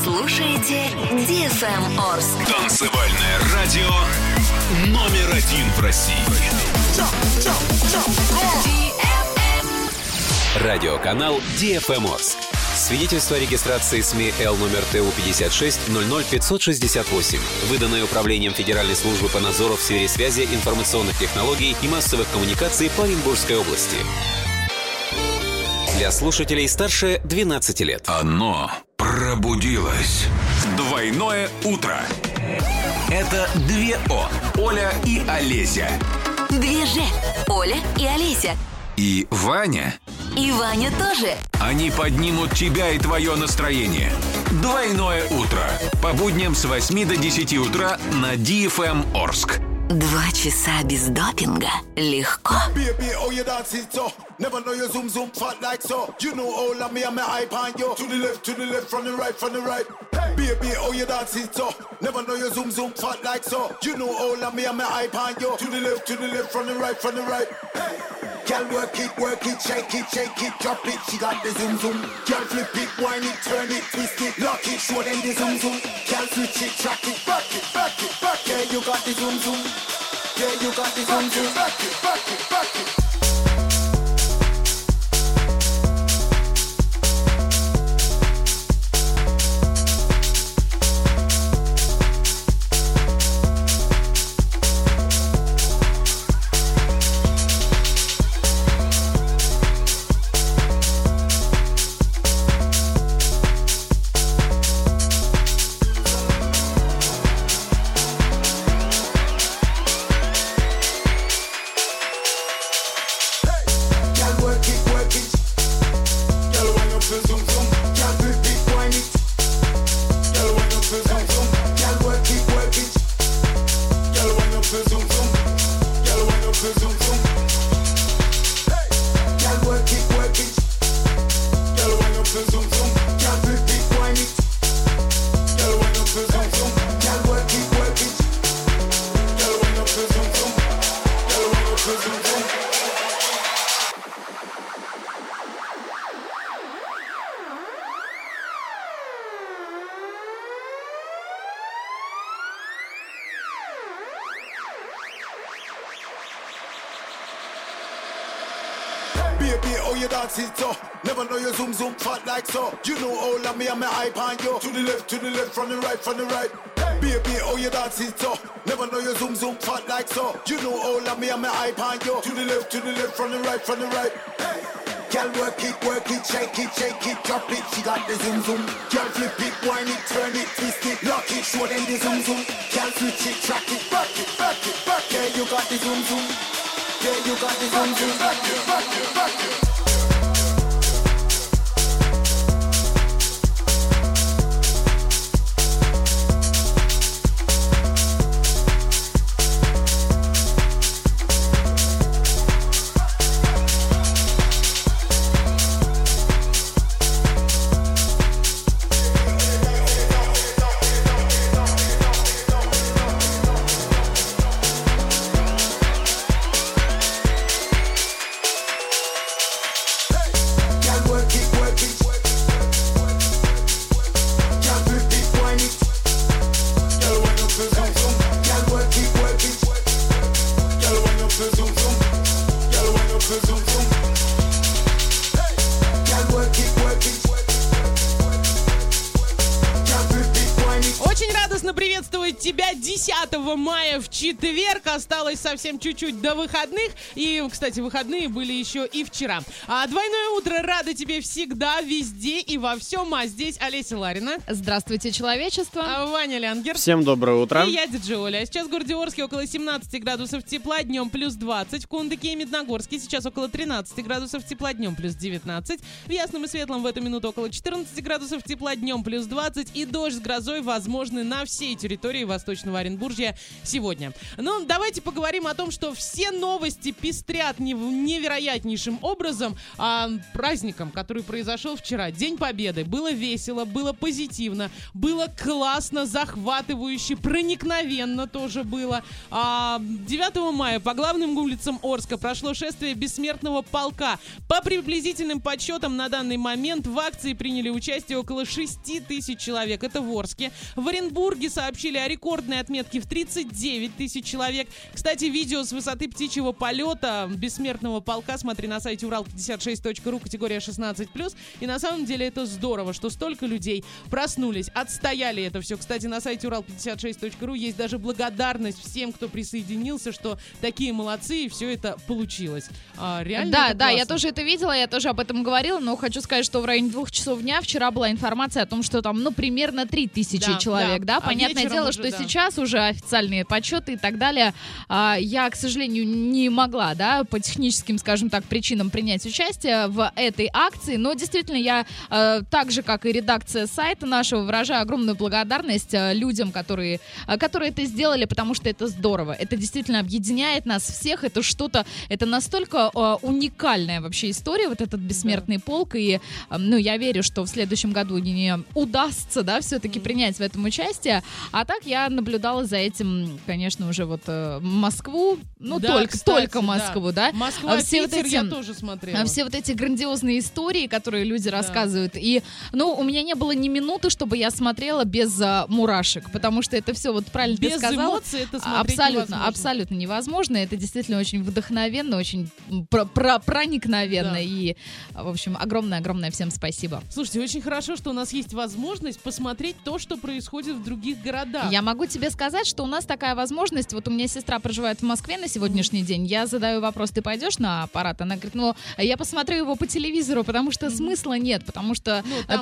слушаете DFM Орск. Танцевальное радио номер один в России. Радиоканал DFM Орск. Свидетельство о регистрации СМИ Л номер ТУ 56 00568, выданное Управлением Федеральной службы по надзору в сфере связи, информационных технологий и массовых коммуникаций по Оренбургской области. Для слушателей старше 12 лет. Оно пробудилось. Двойное утро. Это две О. Оля и Олеся. Две Ж. Оля и Олеся. И Ваня. И Ваня тоже. Они поднимут тебя и твое настроение. Двойное утро. По будням с 8 до 10 утра на DFM Орск. 2 часа без допинга легко. Baby, oh you dance it so. Never know you zoom zoom fat like so. You know all of me and my hype on you. To the left, from the right. Hey. Baby, oh you dance it so. Never know you zoom zoom fat like so. You know all of me and my hype on you. To the left, from the right. Hey. Girl, work it, shake it, drop it. She got the zoom zoom. Girl, flip it, wind it, turn it, twist it, lock it, show them the zoom zoom. Girl, switch it, track it, back it. Yeah, you got the zoom zoom. Yeah, you got the zoom zoom. Back it. Baby, oh you dance it so. Never know you zoom zoom fat like so. You know all of me and my hype on you. To the left, from the right. Hey. Baby, oh you dance it so. Never know you zoom zoom fat like so. You know all of me and my hype on you. To the left, from the right. Hey. Girl, work it, shake it, drop it. She got the zoom zoom. Girl, flip it, wind it, turn it, twist it, lock it, show them the zoom zoom. Girl, switch it, track it, back it. Yeah, you got the zoom zoom. Yeah, you got the zoom zoom. Back it. Тебя 10 мая в четверг. Осталось совсем чуть-чуть до выходных. И, кстати, выходные были еще и вчера. Двойное утро рада тебе всегда, везде и во всем. А здесь Олеся Ларина. Здравствуйте, человечество. Ваня Лянгер. Всем доброе утро. И я, диджей Оля. Сейчас в городе Орске около 17 градусов тепла, днем плюс 20. В Кундыке и Медногорске сейчас около 13 градусов тепла, днем плюс 19. В Ясном и Светлом в эту минуту около 14 градусов тепла, днем плюс 20. И дождь с грозой возможны на всей территории истории Восточного Оренбуржья сегодня. Ну, давайте поговорим о том, что все новости пестрят невероятнейшим образом праздником, который произошел вчера. День Победы. Было весело, было позитивно, было классно, захватывающе, проникновенно тоже было. 9 мая по главным улицам Орска прошло шествие бессмертного полка. По приблизительным подсчетам на данный момент в акции приняли участие около 6 тысяч человек. Это в Орске. В Оренбурге сообщили о рекордной отметке в 39 тысяч человек. Кстати, видео с высоты птичьего полета бессмертного полка смотри на сайте урал56.ру, категория 16+. И на самом деле это здорово, что столько людей проснулись, отстояли это все. Кстати, на сайте урал56.ру есть даже благодарность всем, кто присоединился, что такие молодцы, и все это получилось. Реально да, я тоже это видела, я тоже об этом говорила, но хочу сказать, что в районе 2 часов дня вчера была информация о том, что там, примерно 3000 человек, да? Понятное дело, что сейчас уже официальные подсчеты и так далее. Я, к сожалению, не могла, да, по техническим, скажем так, причинам принять участие в этой акции, но действительно я, так же, как и редакция сайта нашего, выражаю огромную благодарность людям, которые это сделали, потому что это здорово. Это действительно объединяет нас всех, это что-то, это настолько уникальная вообще история, вот этот бессмертный полк, и, я верю, что в следующем году не удастся, да, все-таки принять в этом участие, а так я наблюдала за этим, конечно, уже вот Москву, только Москву, да. Москва, Питер я тоже смотрела. Все вот эти грандиозные истории, которые люди рассказывают, и, у меня не было ни минуты, чтобы я смотрела без мурашек, потому что это все, вот правильно ты сказала. Без эмоций это смотреть невозможно. Абсолютно невозможно, это действительно очень вдохновенно, очень проникновенно, и, в общем, огромное-огромное всем спасибо. Слушайте, очень хорошо, что у нас есть возможность посмотреть то, что происходит в других городах. Я могу тебе сказать, что у нас такая возможность, вот у меня сестра проживает в Москве на сегодняшний день, я задаю вопрос, ты пойдешь на аппарат? Она говорит, я посмотрю его по телевизору, потому что смысла нет, потому что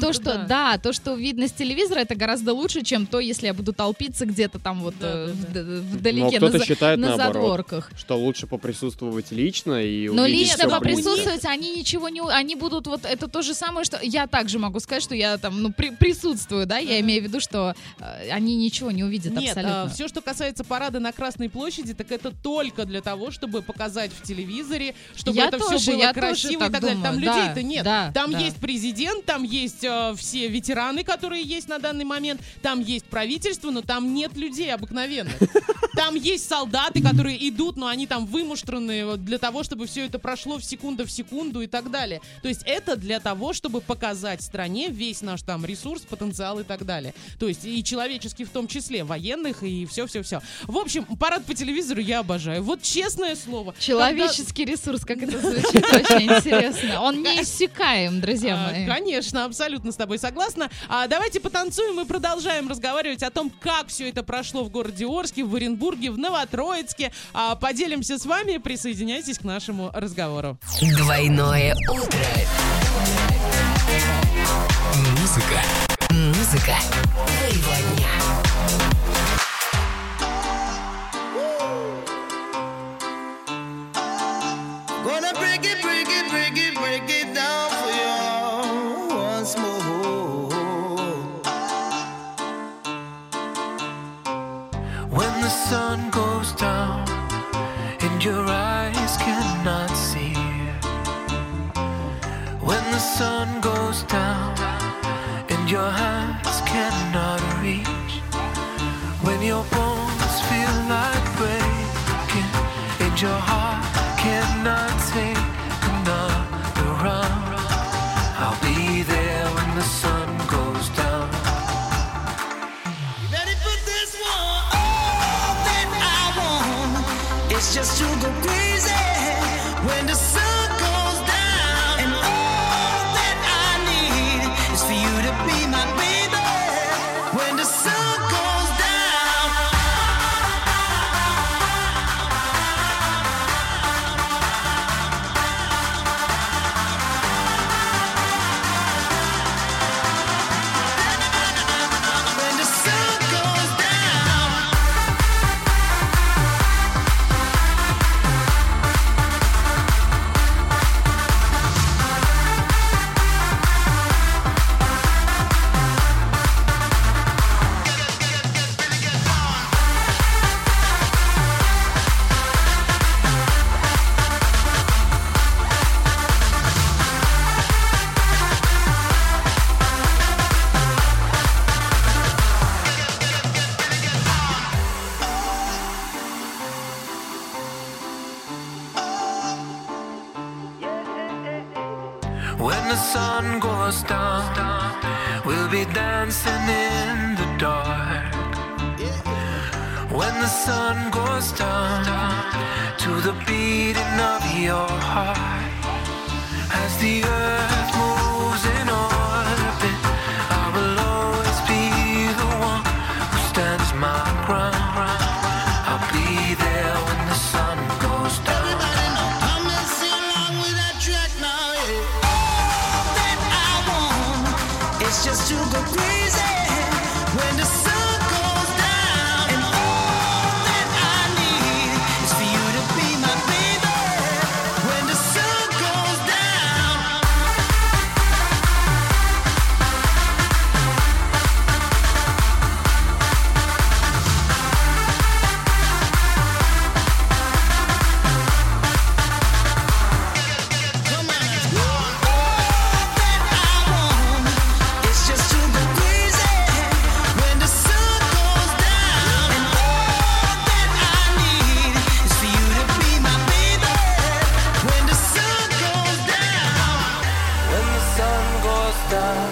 то, что видно с телевизора, это гораздо лучше, чем то, если я буду толпиться где-то там вот вдалеке, на задворках. Что лучше поприсутствовать лично и увидеть. Но лично поприсутствовать они ничего не... Они будут вот... Это то же самое, что... Я также могу сказать, что я там, присутствую, да? Я имею в виду, что они ничего не увидят абсолютно. Нет, все, что касается парада на Красной площади, так это только для того, чтобы показать в телевизоре, чтобы это все было красиво и так далее. Там людей-то нет. Там есть президент, там есть все ветераны, которые есть на данный момент, там есть правительство, но там нет людей обыкновенных. Там есть солдаты, которые идут, но они там вымуштренные для того, чтобы все это прошло в секунду и так далее. То есть это для того, чтобы показать стране весь наш там ресурс, потенциал и так далее. То есть и человеческий в том числе, военных и все-все-все. В общем, парад по телевизору я обожаю. Вот честное слово. Человеческий ресурс, как это звучит, очень интересно. Он неиссякаем, друзья мои. Конечно, абсолютно с тобой согласна. Давайте потанцуем и продолжаем разговаривать о том, как все это прошло в городе Орске, в Оренбурге, в Новотроицке. Поделимся с вами, присоединяйтесь к нашему разговору. Двойное утро. Музыка твоего дня. Gonna break it down for you once more. When the sun goes down and your eyes cannot see, when the sun goes down and your hands cannot reach, when your bones feel like breaking and your heart cannot take another round, I'll be there when the sun goes down. You ready for this one? All that I want is just to go crazy when the sun goes down, and all that I need is for you to be my baby when the sun goes down. When the sun goes down. We'll be dancing in the dark. When the sun goes down to the beating of your heart, as the earth moves in orbit, I will always be the one who stands my ground. I'll be there when the sun goes down. Everybody know, come and sing along with that track now, yeah. All that I want is just to go crazy when the sun goes down. And all that I need is for you to be my baby when the sun goes down. Come on, let's go. All that I want is just to go crazy when the sun goes down. And all that I need is for you to be my baby when the sun goes down. When the sun goes down.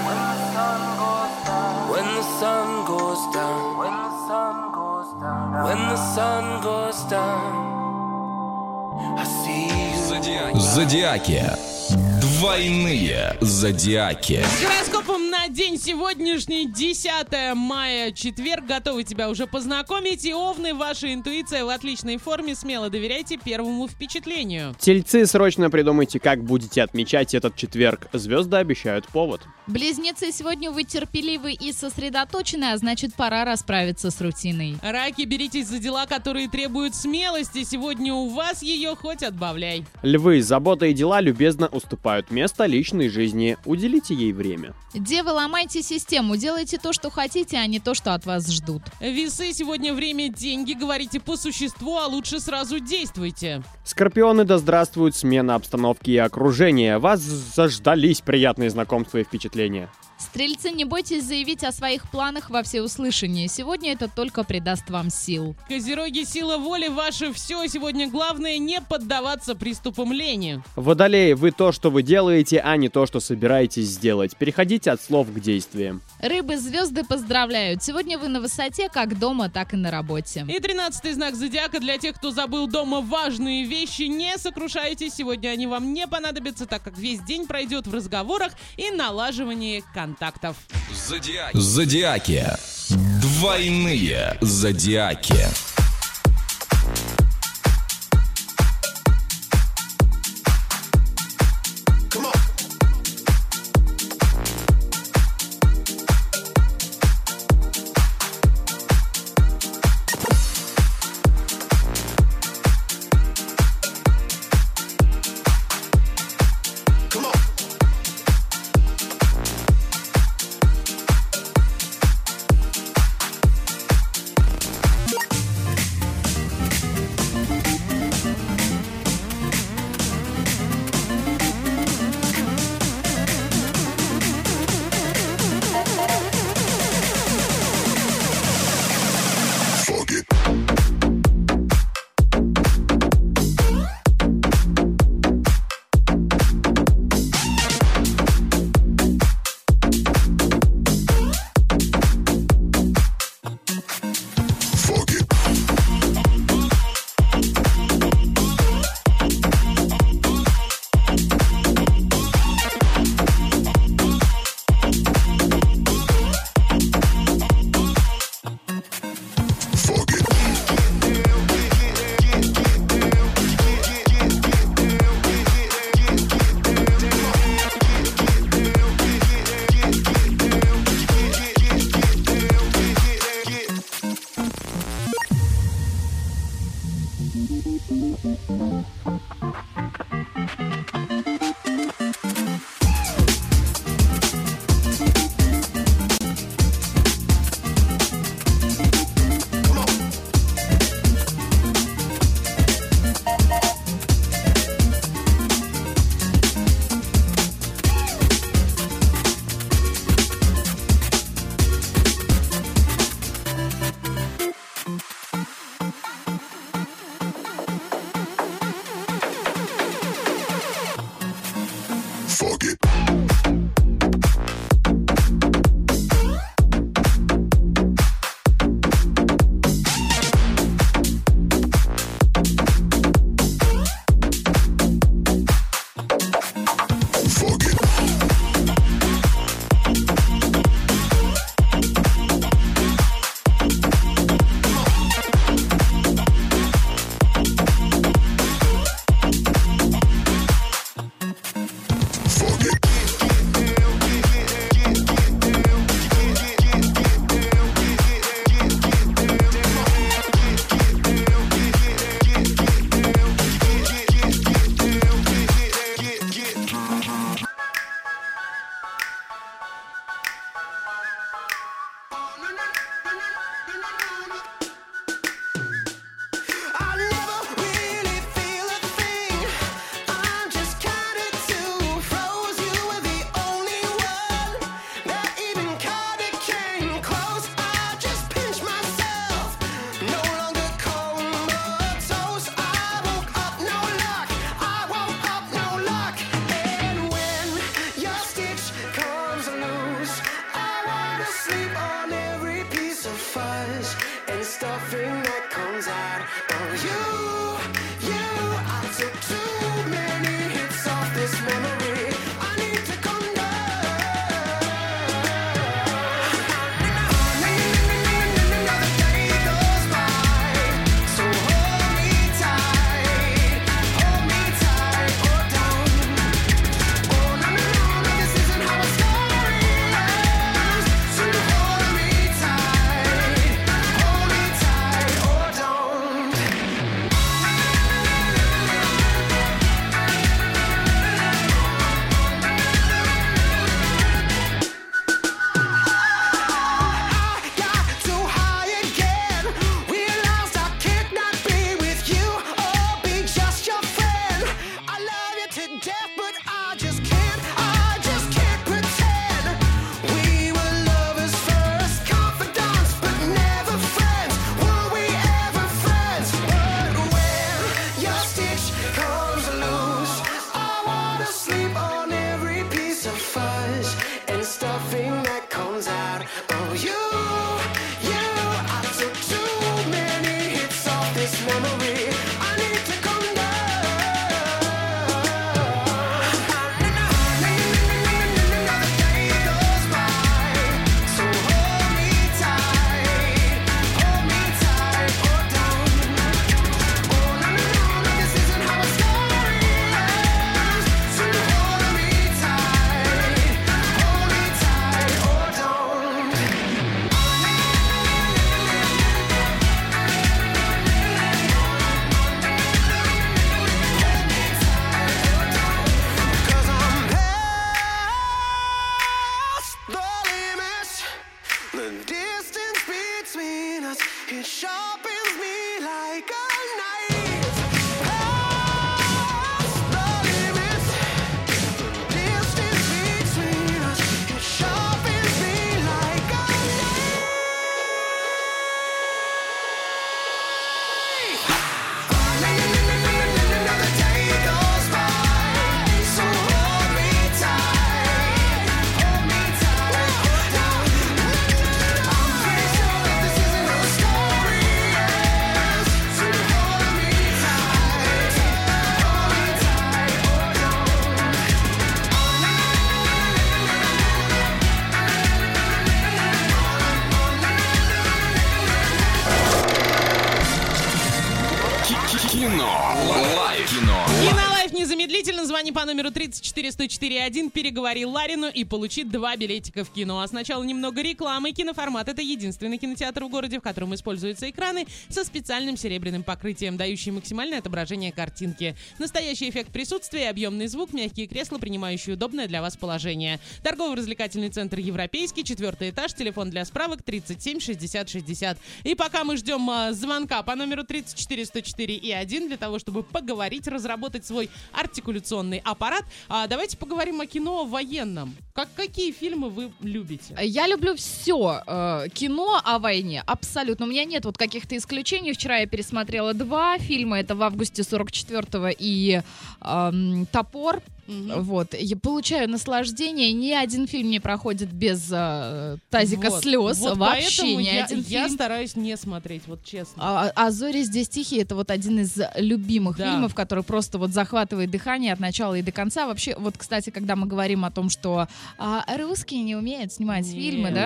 When the sun goes down. When the sun goes down. When the sun goes down. I see you. Зодиаки. Двойные зодиаки. С гороскопом на день сегодняшний, 10 мая, четверг. Готовы тебя уже познакомить. И овны, ваша интуиция в отличной форме. Смело доверяйте первому впечатлению. Тельцы, срочно придумайте, как будете отмечать этот четверг. Звезды обещают повод. Близнецы, сегодня вы терпеливы и сосредоточены, а значит, пора расправиться с рутиной. Раки, беритесь за дела, которые требуют смелости. Сегодня у вас ее хоть отбавляй. Львы, забота и дела любезно уступают место личной жизни. Уделите ей время. Девы, ломайте систему, делайте то, что хотите, а не то, что от вас ждут. Весы, сегодня время деньги. Говорите по существу, а лучше сразу действуйте. Скорпионы, да здравствует смена обстановки и окружения. Вас заждались приятные знакомства и впечатления. Стрельцы, не бойтесь заявить о своих планах во всеуслышание. Сегодня это только придаст вам сил. Козероги, сила воли ваше все. Сегодня главное не поддаваться приступам лени. Водолеи, вы то, что вы делаете, а не то, что собираетесь сделать. Переходите от слов к действиям. Рыбы, звезды поздравляют. Сегодня вы на высоте как дома, так и на работе. И 13-й знак зодиака для тех, кто забыл дома важные вещи. Не сокрушайтесь, сегодня они вам не понадобятся, так как весь день пройдет в разговорах и налаживании контактов. Зодиаки. Двойные зодиаки. Незамедлительно звони по номеру 34-104-1, переговори Ларину и получи 2 билетика в кино. А сначала немного рекламы. Киноформат — это единственный кинотеатр в городе, в котором используются экраны со специальным серебряным покрытием, дающие максимальное отображение картинки. Настоящий эффект присутствия, объемный звук, мягкие кресла, принимающие удобное для вас положение. Торгово-развлекательный центр «Европейский», 4-й этаж, телефон для справок 37 60 60. И пока мы ждем звонка по номеру 34-104-1 для того, чтобы поговорить, разработать свой артикуляционный аппарат. Давайте поговорим о кино военном. Какие фильмы вы любите? Я люблю все. Кино о войне. Абсолютно. У меня нет вот каких-то исключений. Вчера я пересмотрела 2 фильма. Это в августе 44-го и «Топор». Вот. Я получаю наслаждение. Ни один фильм не проходит без тазика слез. Вот вообще ни один фильм. Я стараюсь не смотреть, вот честно. А «Зори здесь тихие» — это вот один из любимых фильмов, который просто вот захватывает дыхание от начала и до конца. Вообще, вот, кстати, когда мы говорим о том, что русские не умеют снимать фильмы, да?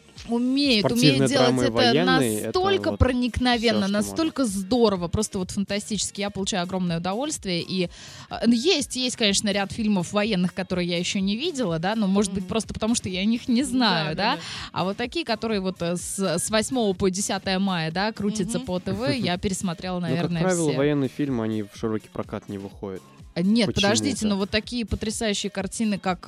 Умеют делать это настолько проникновенно, настолько здорово, просто вот фантастически. Я получаю огромное удовольствие. И есть, конечно, ряд фильмов военных, которые я еще не видела, да, но, может быть, просто потому, что я о них не знаю, да. А вот такие, которые вот с 8 по 10 мая, да, крутятся по ТВ, я пересмотрела, наверное, как правило, все. военные фильмы, они в широкий прокат не выходят. Нет, подождите, но вот такие потрясающие картины, как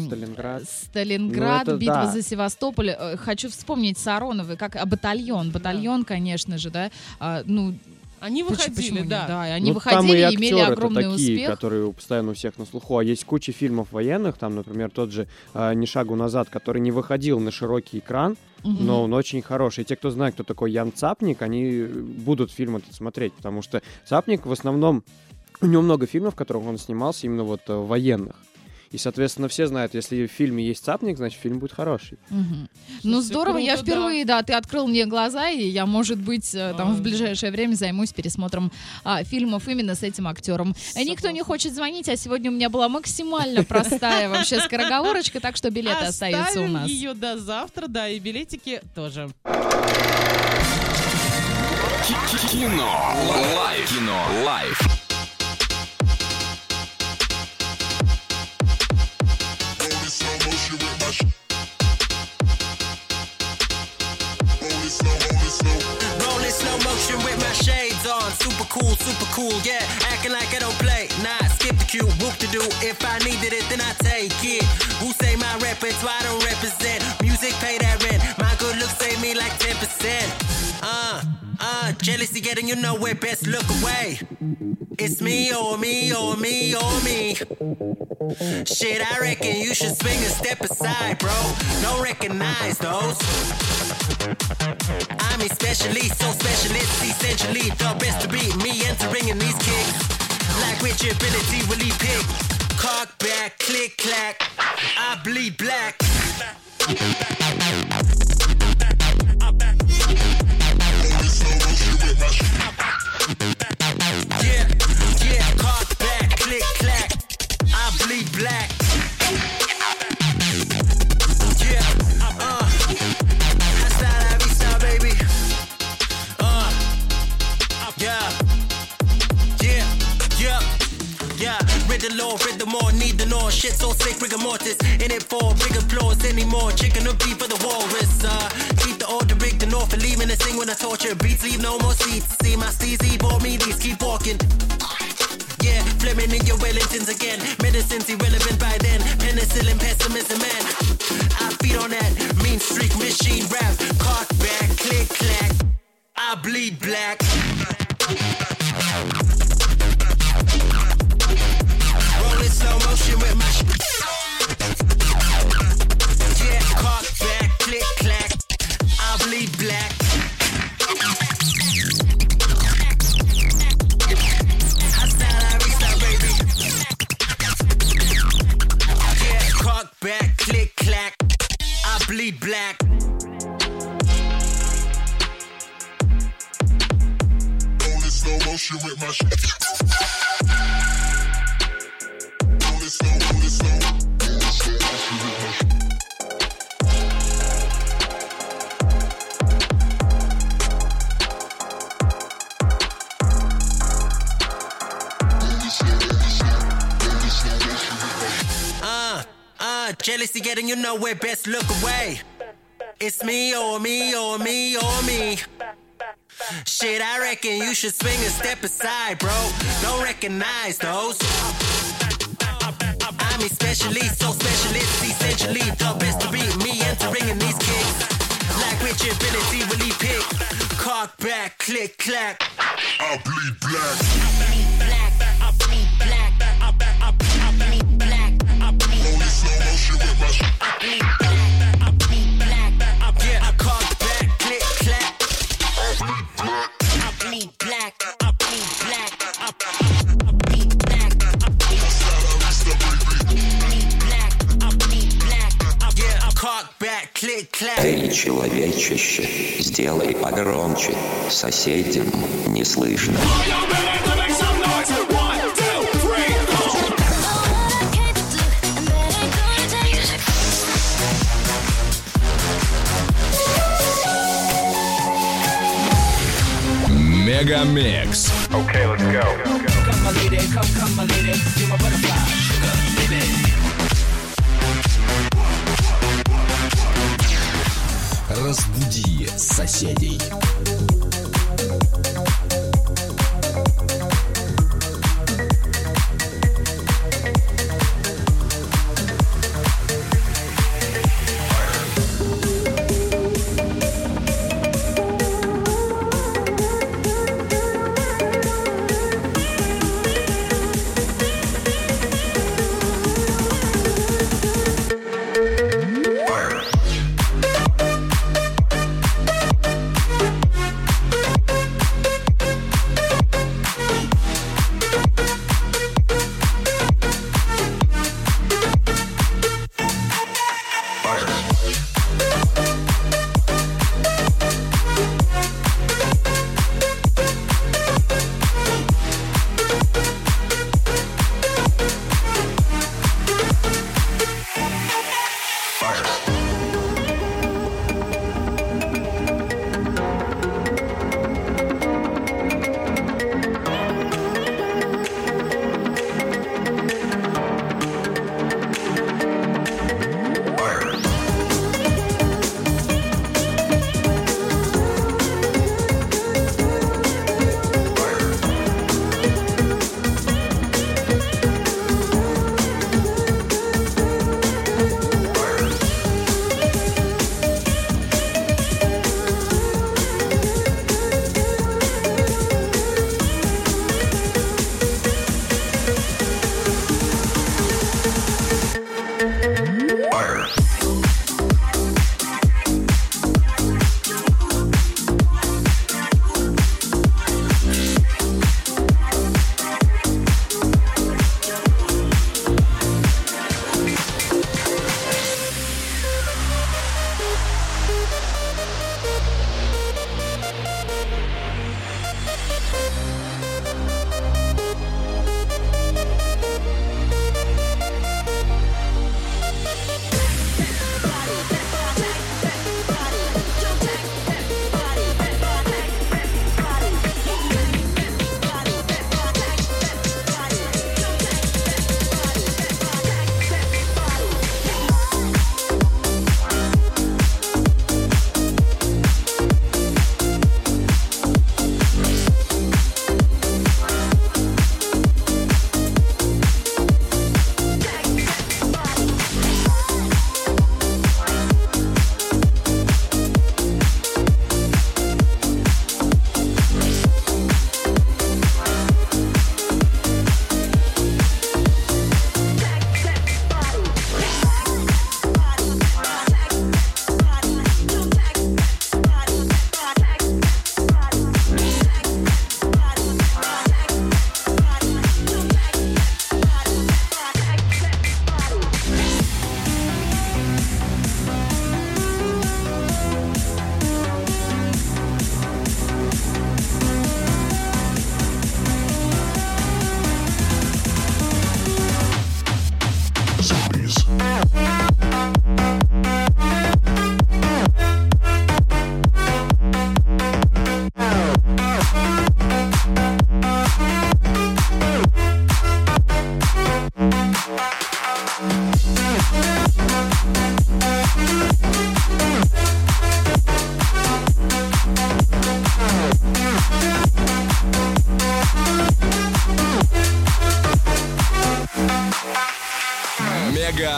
Сталинград, битва за Севастополь. Хочу вспомнить Сароновы, как Батальон, конечно же, да. Они выходили, да. Они выходили и имели огромный такие, успех. Которые постоянно у всех на слуху. А есть куча фильмов военных, там, например, тот же «Ни шагу назад», который не выходил на широкий экран, но он очень хороший. И те, кто знает, кто такой Ян Цапник, они будут фильм этот смотреть, потому что Цапник в основном, у него много фильмов, в которых он снимался, именно вот военных. И, соответственно, все знают, если в фильме есть Цапник, значит, фильм будет хороший. Ну, здорово. Я впервые, ты открыл мне глаза, и я, может быть, там в ближайшее время займусь пересмотром фильмов именно с этим актером. Никто не хочет звонить, а сегодня у меня была максимально простая вообще скороговорочка, так что билеты остаются у нас. Оставим ее до завтра, да, и билетики тоже. Кино. Лайф. Super cool, yeah. Acting like I don't play. Nah, skip the cue, whoop to do. If I needed it, then I take it. Who say my repertoire don't represent? Music pay that rent. My good looks save me like 10%. Jealousy getting you nowhere. Best look away. It's me or me or me or me. Shit, I reckon you should swing a step aside, bro. Don't recognize those. I'm especially so specialist, essentially the best to beat me entering in these kicks. Like which ability will he pick? Cock back, click clack, I bleed black. shit so sick, rigor mortis. In it for big applause anymore. Chicken or beef for the walrus. Keep the order, rig the north, and leaving a sing when I torture. Beats leave no more seats. See my steezy, bought me these, keep walking. Yeah, Fleming in your Wellingtons again. Medicine's irrelevant by then. Penicillin, pessimism, man. I feed on that mean streak machine rap. Cock back, click clack. I bleed black. Rolling slow motion with my yeah, cock back, click clack. I bleed black. Back, click, clack, I bleed black. Rolling slow motion with my shit. Rolling slow, rolling slow. Rolling slow motion with my shit. Jealousy getting you nowhere, best look away. It's me or me or me or me. Shit, I reckon you should swing a step aside, bro. Don't recognize those. I'm especially so specialist, essentially the best to beat me entering in these kicks. Like which ability will he pick? Cock back, click, clack. I bleed black. I bleed black. I bleed black. I bleed black. Rolling slow motion with my shit. I bleed black. I bleed black. Yeah, I cock back, click, clack. I bleed black. I bleed black. I bleed black. I bleed black. I bleed black. Yeah, I cock back, click, clack. Эй, человечище, сделай погромче, соседям не слышно. Мегамикс. Okay, let's go. Come my lady, come my lady, you're my butterfly, sugar, baby. Разбуди соседей.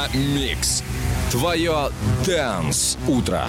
Мегамикс. Твое Dance утро.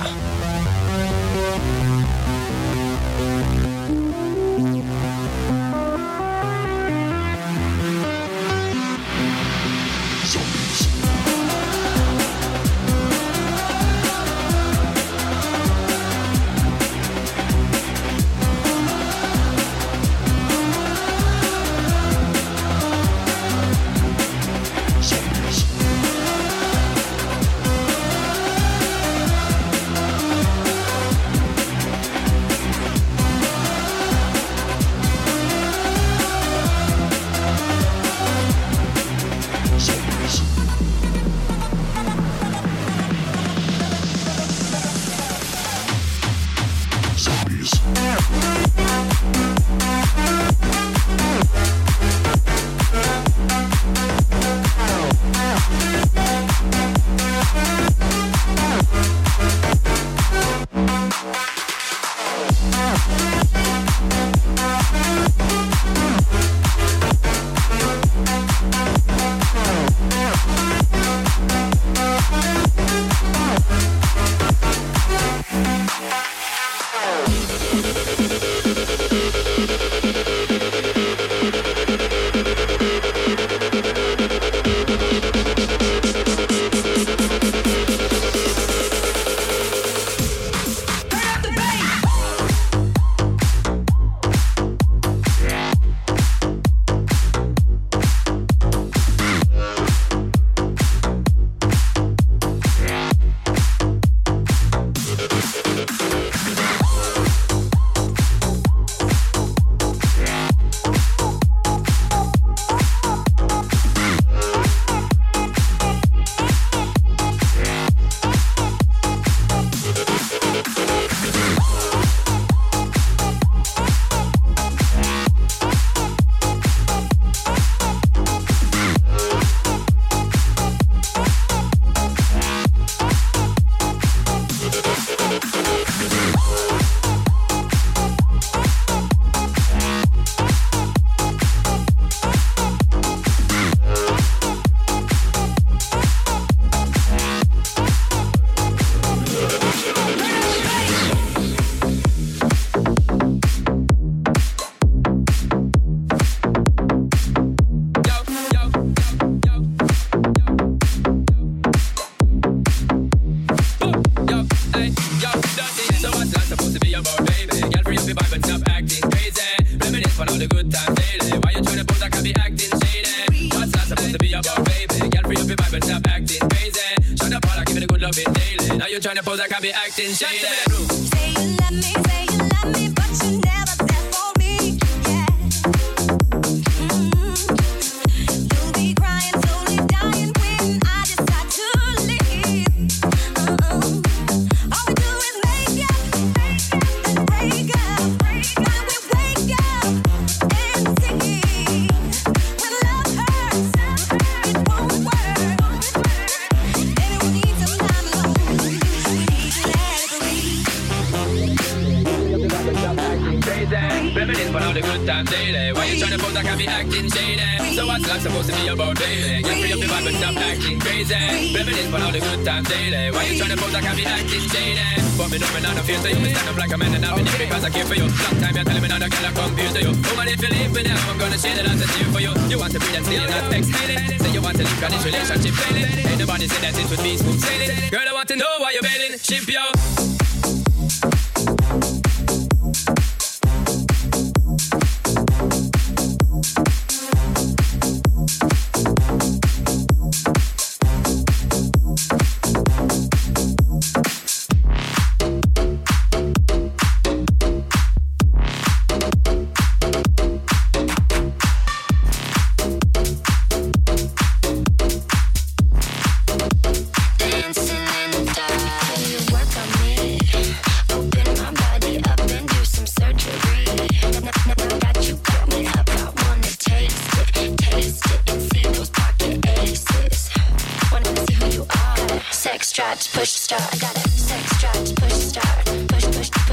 push start. I got a sex drive to push start. Push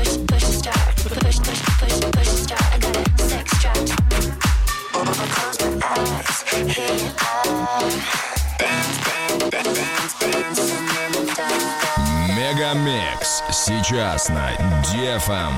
start. Push start. I got a sex drive. Close my eyes, here you are. Dance. Мегамикс сейчас на DFM.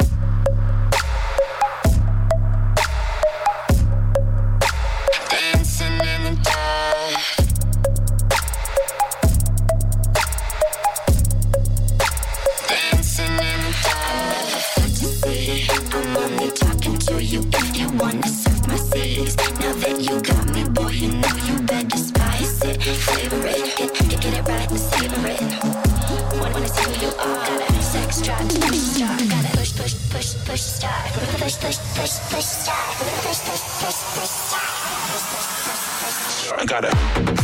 I got it.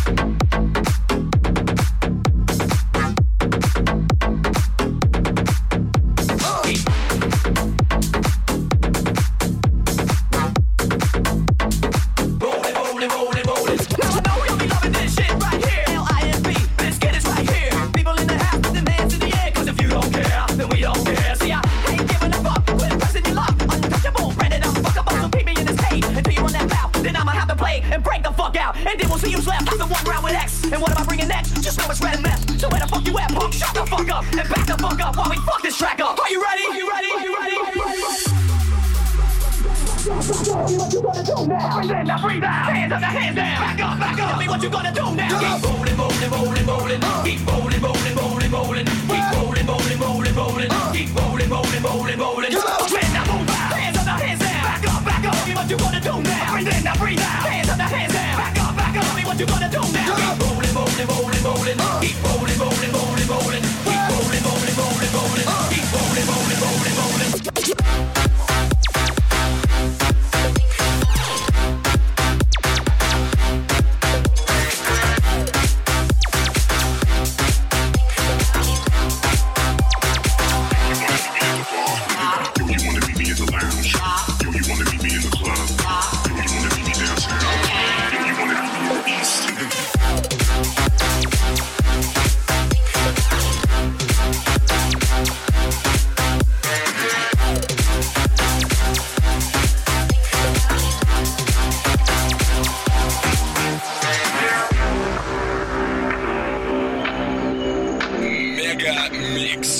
Мегамикс.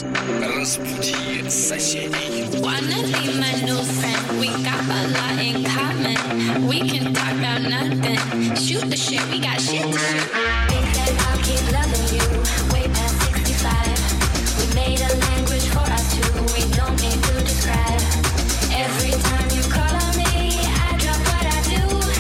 Разбуди соседей. Wanna be my new friend? We got a lot in common. We can talk about nothing. Shoot the shit, we got shit to shoot. Think that I'll keep loving you way past 65. We made a language for us two. We don't need to describe. Every time you call on me, I drop what I do.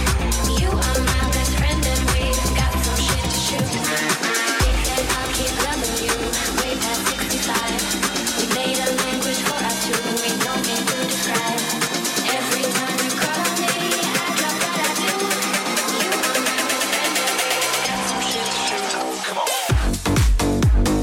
You are my best friend and we've got some shit to shoot. Think that I'll keep loving you way past 65. We made a language for us two. We don't need to describe. Every time you call on me, I drop what I do. You are my best friend and we've got some shit to shoot. Come on.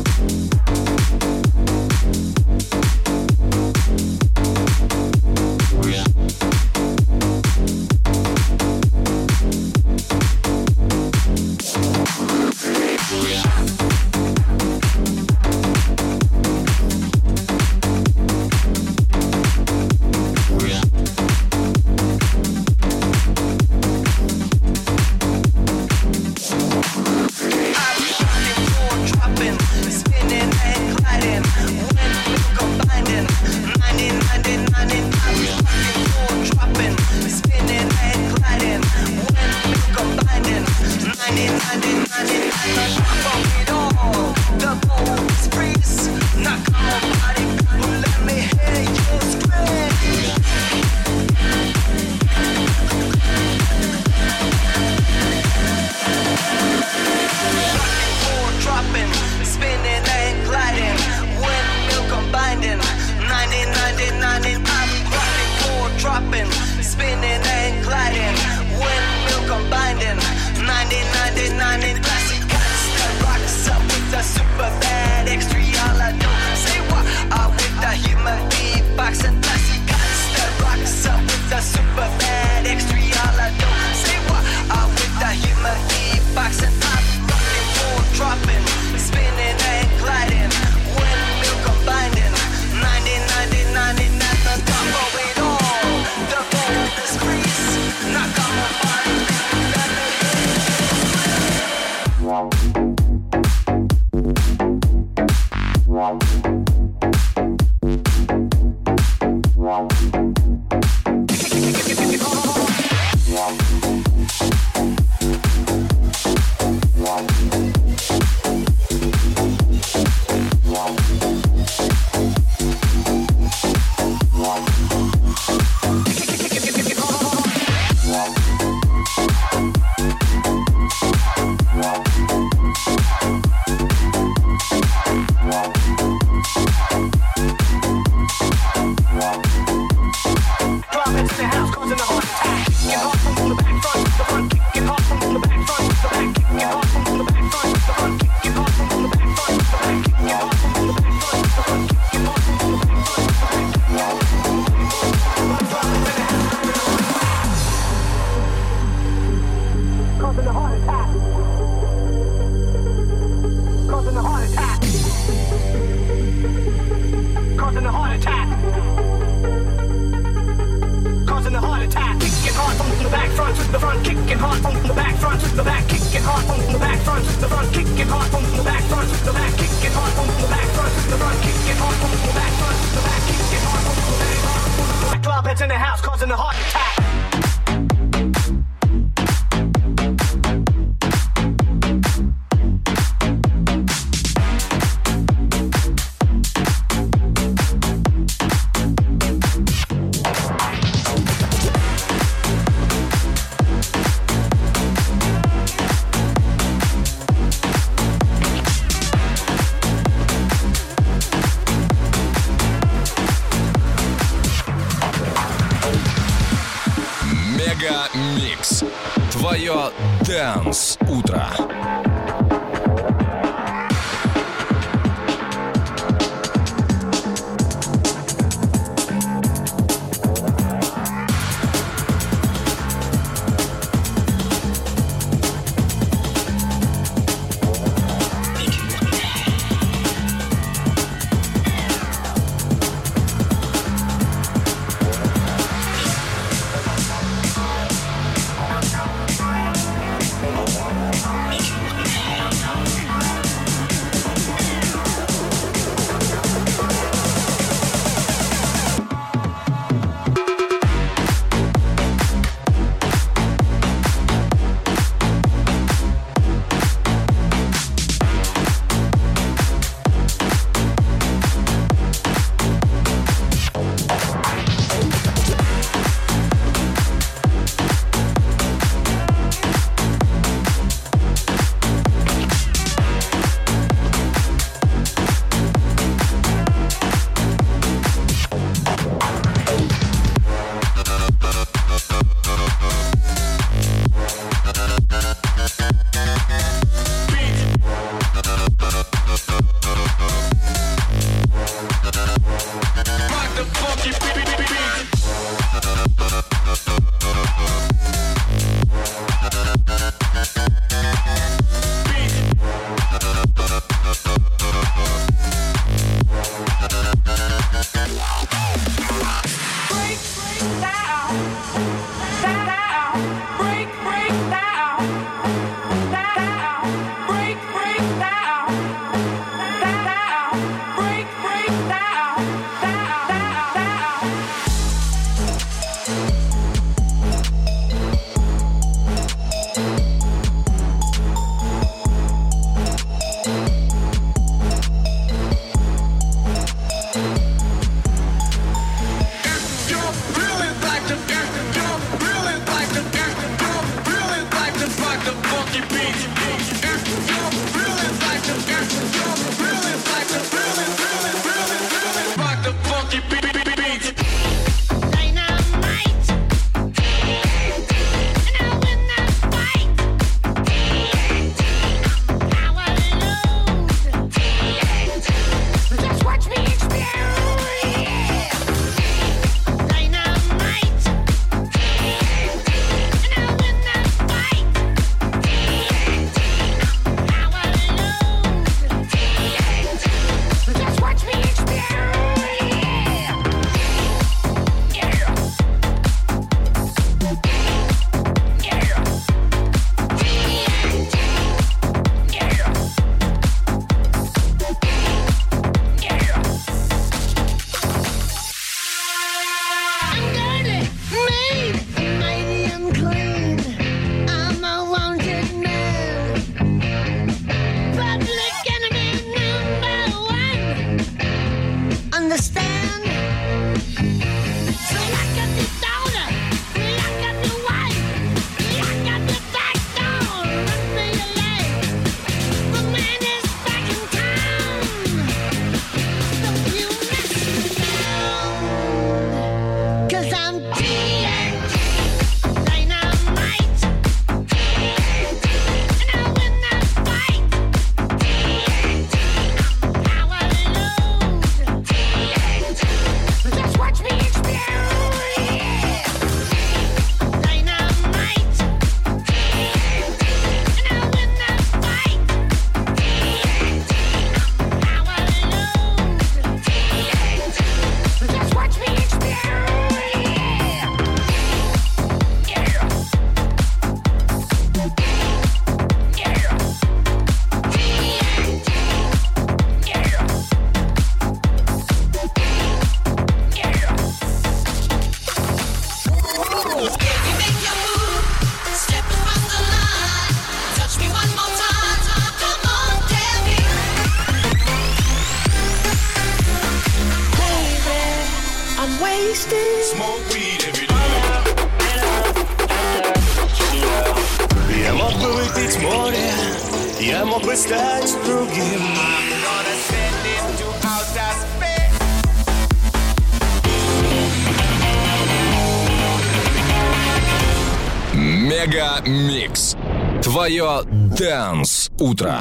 the front, kicking hard from the back, front to the back, kicking hard from the back, front to the front, kicking hard from the back, front to the back, kicking hard from the back, front to the front, kicking hard from the back, front to the back, kicking hard from the back. Club heads in the house causing a heart attack. Мегамикс. Твое Dance утро. I'm wasted. Smoke weed every day. Я мог бы выпить море, я мог бы стать другим. I'm gonna send it to outer space. Мега Микс. Твое Dance утро.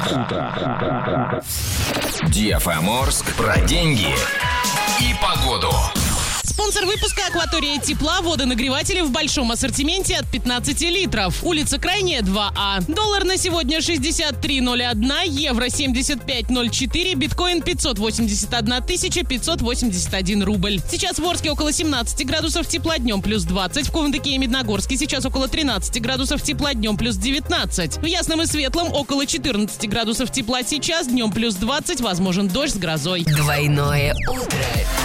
DFM Орск про деньги и погоду. Спонсор выпуска — «Акватория тепла». Водонагреватели в большом ассортименте от 15 литров. Улица Крайняя, 2А. Доллар на сегодня 63.01, евро 75.04, биткоин 581 581 рубль. Сейчас в Орске около 17 градусов тепла, днем плюс 20. В Кувандыке и Медногорске сейчас около 13 градусов тепла, днем плюс 19. В Ясном и Светлом около 14 градусов тепла сейчас, днем плюс 20. Возможен дождь с грозой. Двойное утро.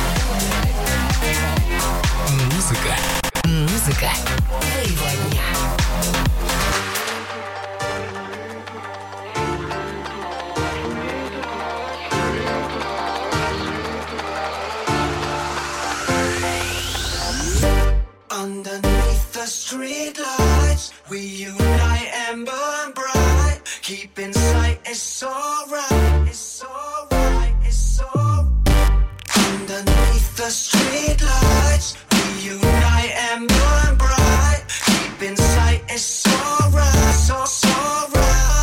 Музыка твоего дня. Underneath the street lights, we unite and burn bright. Keep in sight, it's alright, it's alright, it's alright. Underneath the street lights, we unite and burn bright. Keep in sight, it's alright, so alright.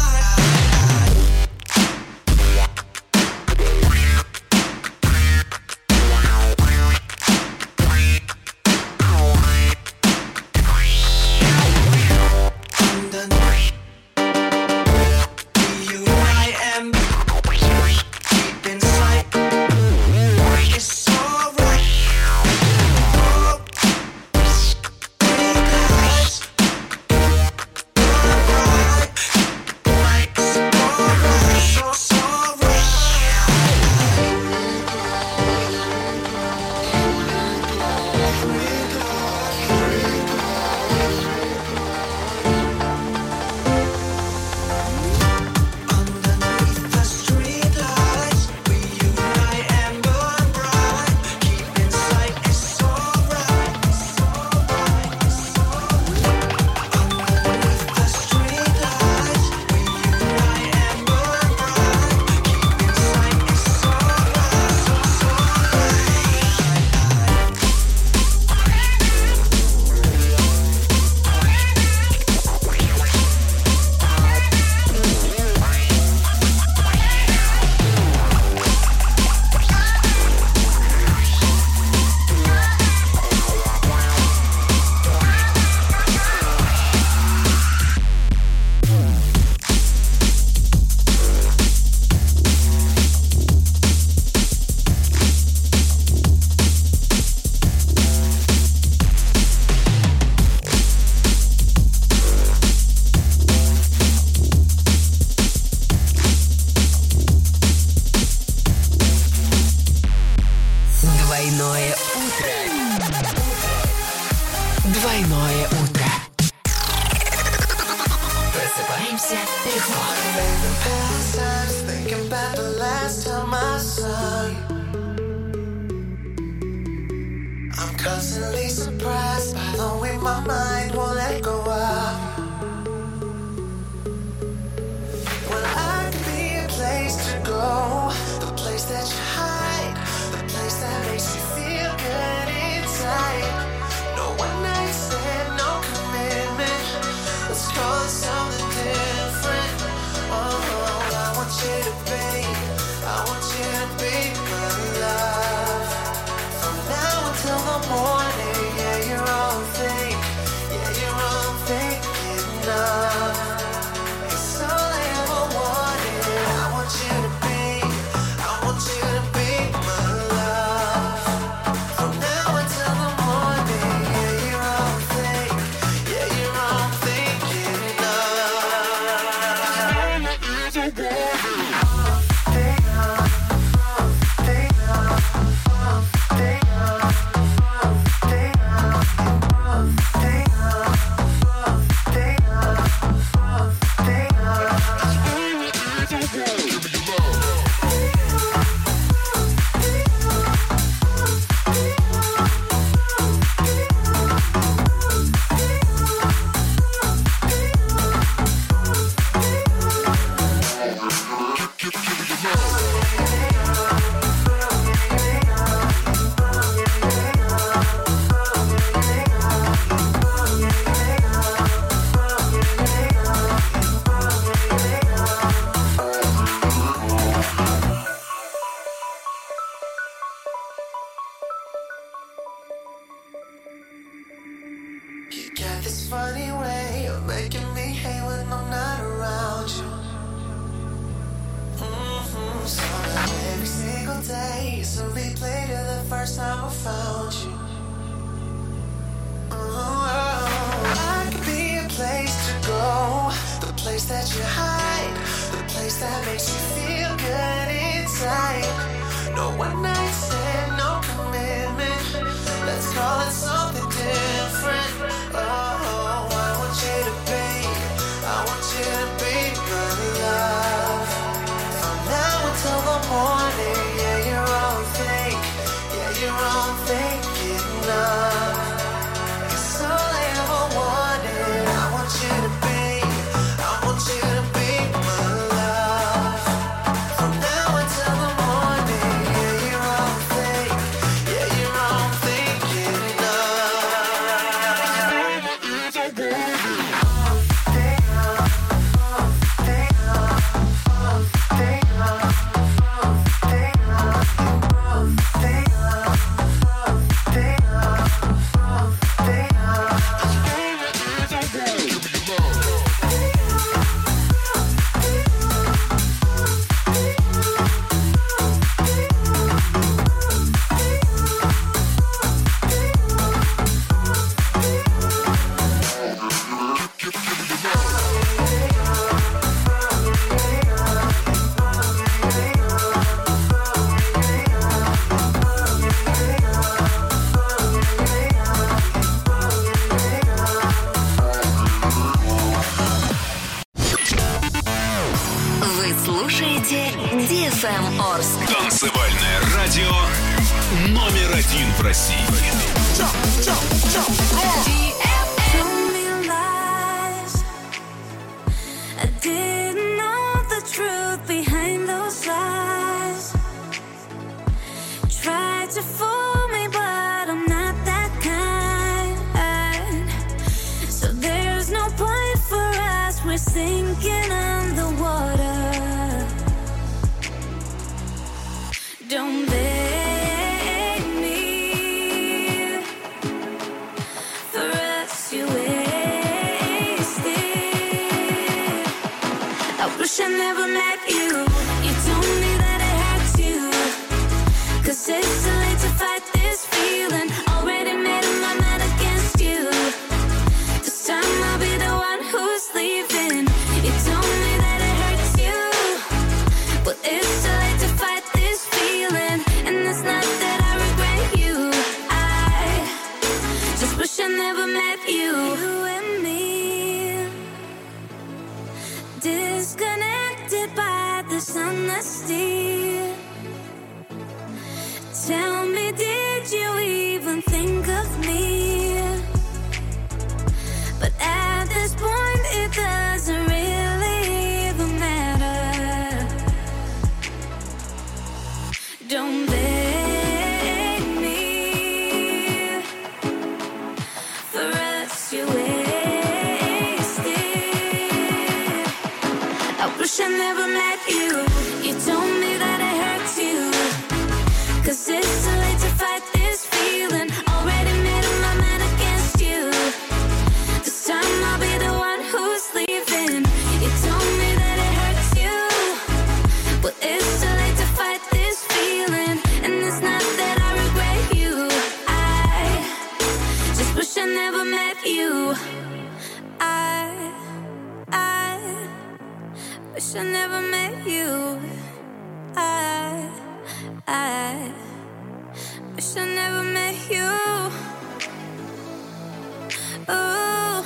Двойное утро. Просыпаемся легко. I'm constantly surprised by the way my mind won't let go of. Well, I could be a place to go, the place that you hide, the place that makes you feel good inside. No one night stand, no commitment. Let's call it something different. Oh, I want you to be, I want you to be my love. From now until the morning, yeah, you're all thing, yeah, you're all thing. Got this funny way of making me hate when I'm not around you. So now every single day is a replay to the first time I found you. I could be a place to go, the place that you hide, the place that makes you feel good inside. No one night stand, no commitment. Let's call it something different. Oh, I want you to be, I want you to be my love. From now until the morning, yeah, you're all fake, yeah, you're all faking love. It's all I ever wanted. I want you to be, I want you to be my love. From now until the morning, yeah, you're all fake, yeah, you're all faking Вы слушаете DFM Орск. Танцевальное радио номер один в России. I didn't know the truth behind those lies. Tried to fool me, but I'm not that kind. So there's no point for us, we're sinking underwater. Don't beg me for us, you wasted. I wish I never met you. You told me that it hurts you. 'Cause it's too late to fight this feeling. Already made up my mind against you. This time I'll be the one who's leaving. You told me that it hurts you. But it's too late to fight this feeling. And it's not that I regret you. I just wish I never met you. You and me, disconnected by this honesty. Tell me, did you even think of me? But at this point, it doesn't really even matter. Don't beg me for us, you wasted. I wish I never met you. You told me that it hurts you. 'Cause it's too late to fight this feeling. Already made up my mind against you. This time I'll be the one who's leaving. You told me that it hurts you. But it's too late to fight this feeling. And it's not that I regret you. I just wish I never met you. I wish I never met you. I wish I never met you. Ooh.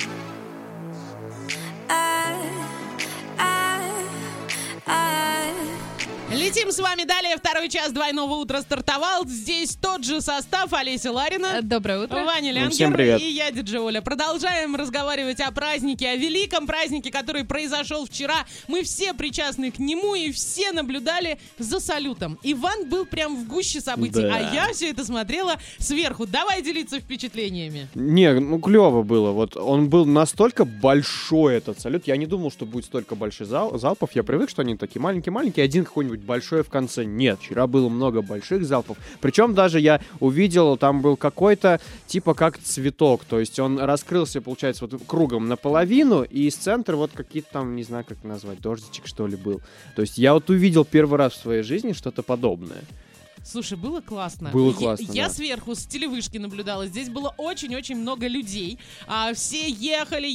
Летим с вами далее. Второй час двойного утра стартовал. Здесь тот же состав. Олеся Ларина. Доброе утро. Ваня Всем Лянгер привет. и я, диджей Оля. Продолжаем разговаривать о празднике, о великом празднике, который произошел вчера. Мы все причастны к нему и все наблюдали за салютом. Иван был прям в гуще событий, Да. а я все это смотрела сверху. Давай делиться впечатлениями. Не, ну клево было. Вот он был настолько большой, этот салют. Я не думал, что будет столько больших залпов. Я привык, что они такие маленькие-маленькие. Один какой-нибудь большой большое в конце. Нет, вчера было много больших залпов. Причем даже я увидел, там был какой-то типа как цветок. То есть он раскрылся, получается, вот кругом наполовину, и из центра вот какие-то там, не знаю, как назвать, дождичек, что ли, был. То есть я вот увидел первый раз в своей жизни что-то подобное. Слушай, было классно. Было классно, Я да. сверху с телевышки наблюдала. Здесь было очень-очень много людей. Все ехали.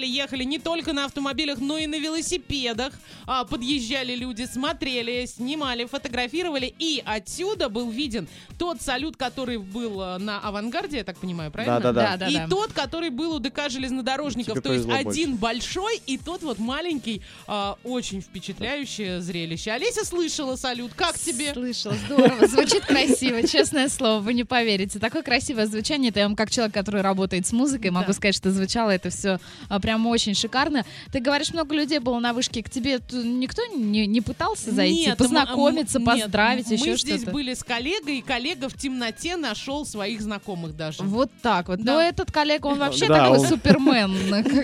Не только на автомобилях, но и на велосипедах. Подъезжали люди, смотрели, снимали, фотографировали. И отсюда был виден тот салют, который был на «Авангарде», я так понимаю, правильно? Да. И тот, который был у ДК железнодорожников. Тебе То есть повезло один большой и тот вот маленький. Очень впечатляющее зрелище. Олеся слышала салют. Как тебе? Слышала, здорово. Звучит красиво, честное слово, вы не поверите. Такое красивое звучание. Это я вам как человек, который работает с музыкой, могу сказать, что звучало это все прям очень шикарно. Ты говоришь, много людей было на вышке. К тебе никто не пытался зайти, Нет, познакомиться, поздравить, еще мы что-то? здесь были с коллегой, и коллега в темноте нашел своих знакомых даже. Вот так вот. Да. Но этот коллега, он вообще Да, такой он- супермен,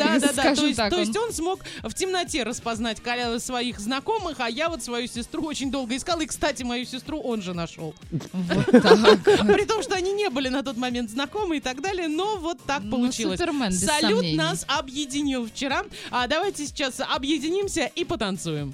скажу То так. есть он смог в темноте распознать своих знакомых, а я вот свою сестру очень долго искала. И, кстати, мою сестру он же нашел. Вот так. При том, что они не были на тот момент знакомы и так далее, но вот так получилось. Супермен, без Салют сомнений. нас объединил вчера. Давайте сейчас объединимся и потанцуем.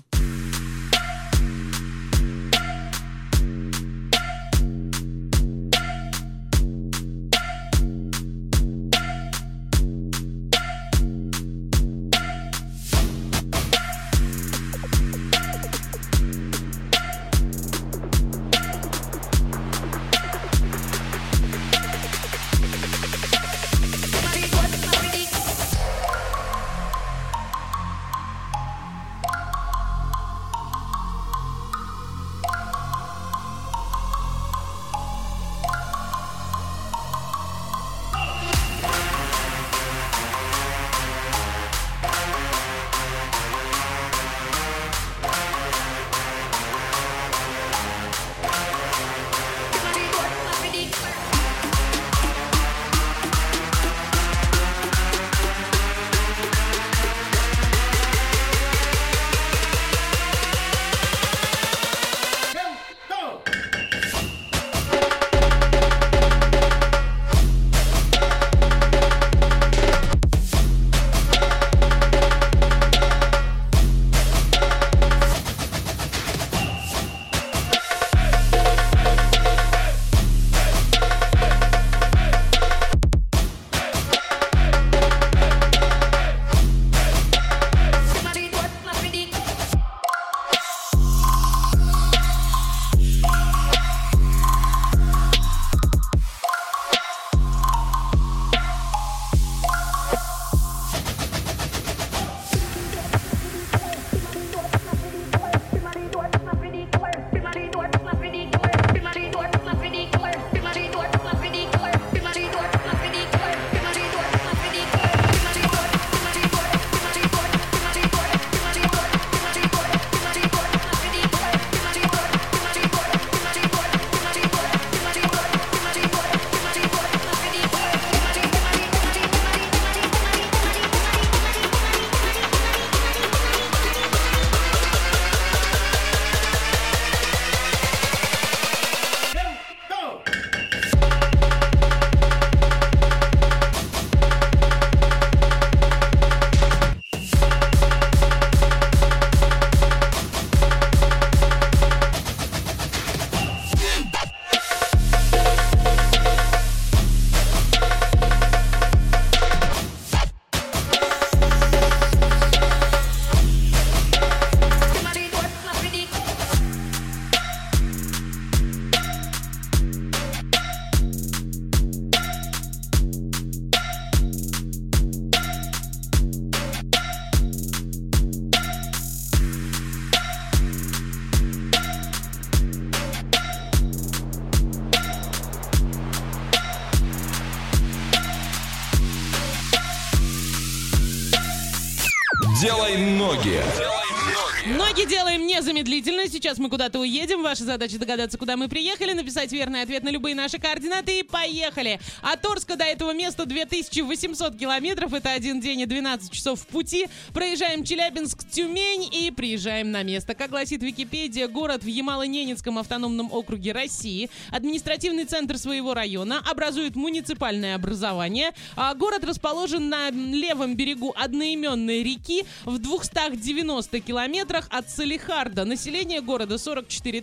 Делай ноги. Ноги делаем незамедлительно. Сейчас мы куда-то уедем. Ваша задача догадаться, куда мы приехали, написать верный ответ на любые наши координаты и поехали. От Орска до этого места 2800 километров. Это 1 день и 12 часов в пути. Проезжаем Челябинск, Тюмень и приезжаем на место. Как гласит Википедия, город в Ямало-Ненецком автономном округе России. Административный центр своего района. Образует муниципальное образование. Город расположен на левом берегу одноименной реки в 290 километрах от Салехарда. Население города 44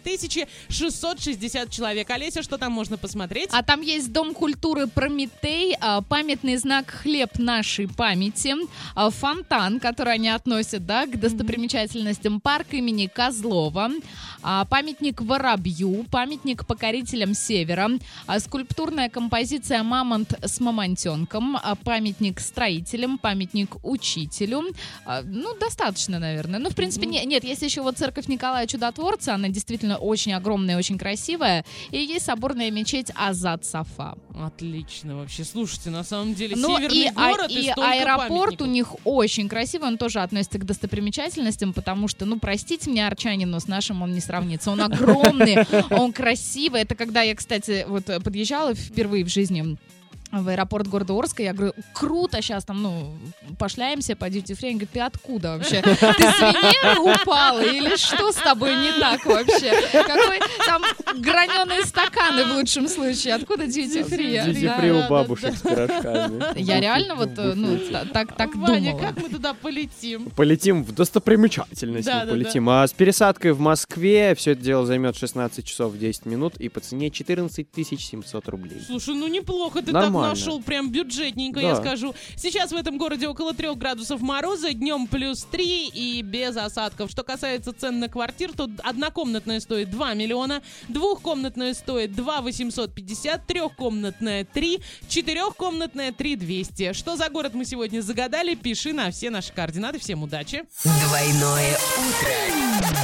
660 человек. Олеся, что там можно посмотреть? А там есть Дом культуры «Прометей», памятный знак «Хлеб нашей памяти», фонтан, который они относят, да, к достопримечательностям, парк имени Козлова, памятник Воробью, памятник покорителям Севера, скульптурная композиция «Мамонт с мамонтенком», памятник строителям, памятник учителю. Ну, достаточно, наверное. Ну, в принципе, нет, есть еще вот церковь Николая Чудотворца, она действительно очень огромная, очень красивая, и есть соборная мечеть Азат-Сафа. Отлично вообще. Слушайте, на самом деле, северный город и аэропорт у них очень красивый, он тоже относится к достопримечательностям, потому что, ну, простите меня, арчанин, но с нашим он не сравнится. Он огромный, он красивый. Это когда я, кстати, вот подъезжала впервые в жизни в аэропорт города Орска, я говорю, круто, сейчас там, ну, пошляемся по дьюти-фри. Они говорят, ты откуда вообще? Ты с Венеры упала или что с тобой не так вообще? Какой там граненые стаканы в лучшем случае? Откуда дьюти-фри? Дьюти-фри у бабушек с пирожками. Я реально вот, ну, так думала. Ваня, как мы туда полетим? Полетим в достопримечательность. Полетим. А с пересадкой в Москве все это дело займет 16 часов 10 минут и по цене 14 700 рублей. Слушай, ну неплохо ты Нормально. так нашел, прям бюджетненько, да. Я скажу. Сейчас в этом городе около 3 градусов мороза, днем плюс 3 и без осадков. Что касается цен на квартир, то однокомнатная стоит 2 миллиона, двухкомнатная стоит 2 850, трехкомнатная 3, четырехкомнатная 3 200. Что за город мы сегодня загадали? Пиши на все наши координаты. Всем удачи. Двойное утро.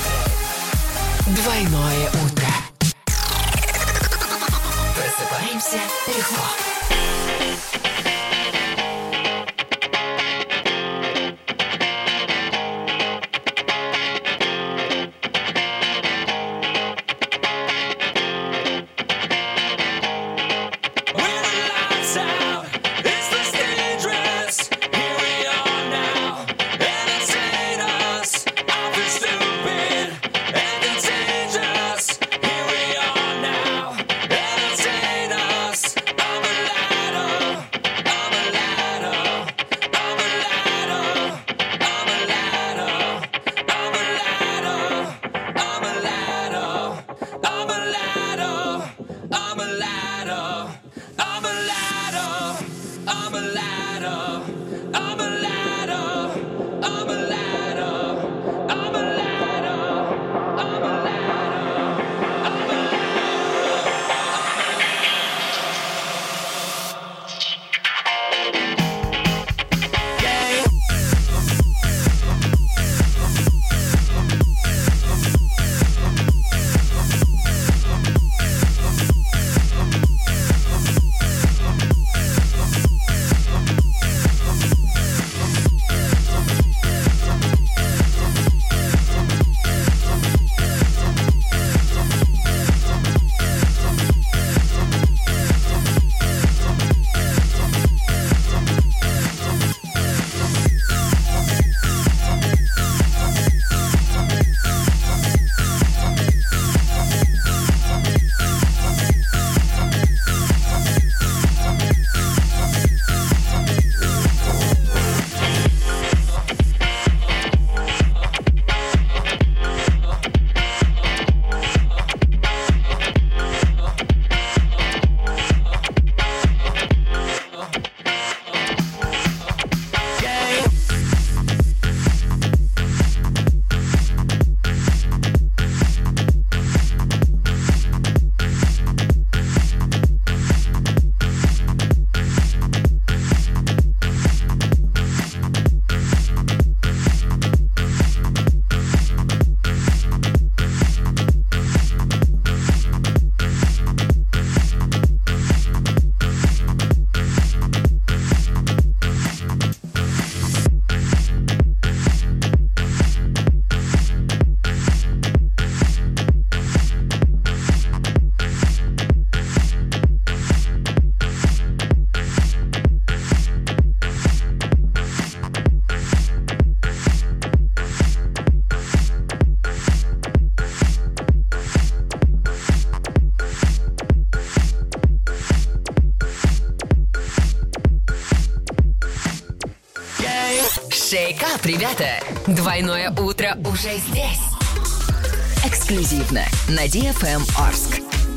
Двойное утро. Просыпаемся легко. Шейкап, ребята! Двойное утро уже здесь. Эксклюзивно на DFM Орск.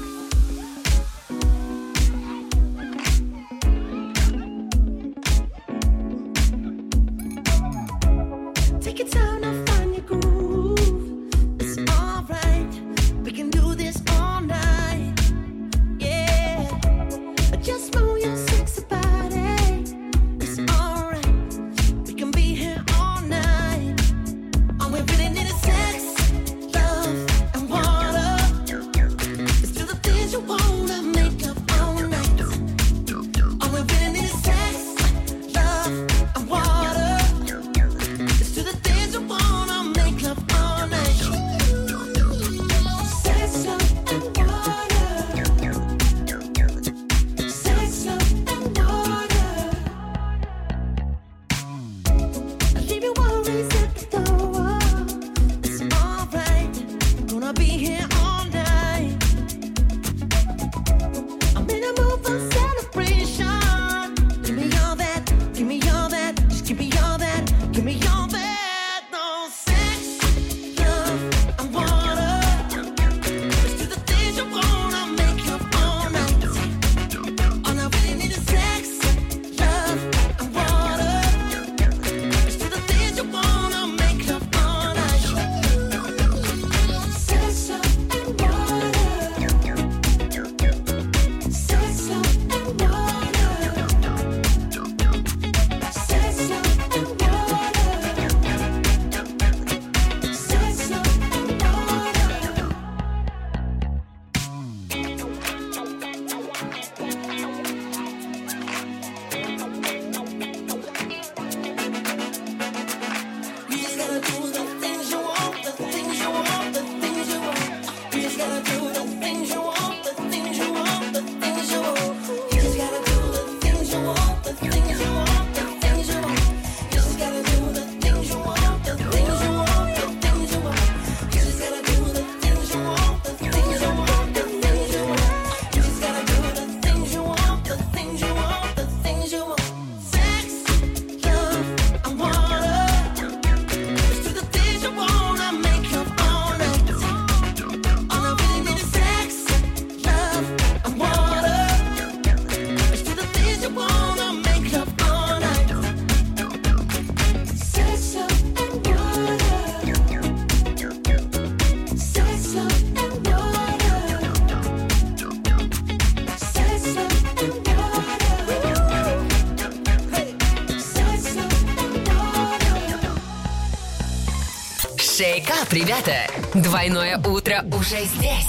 Шейкап, ребята! Двойное утро уже здесь.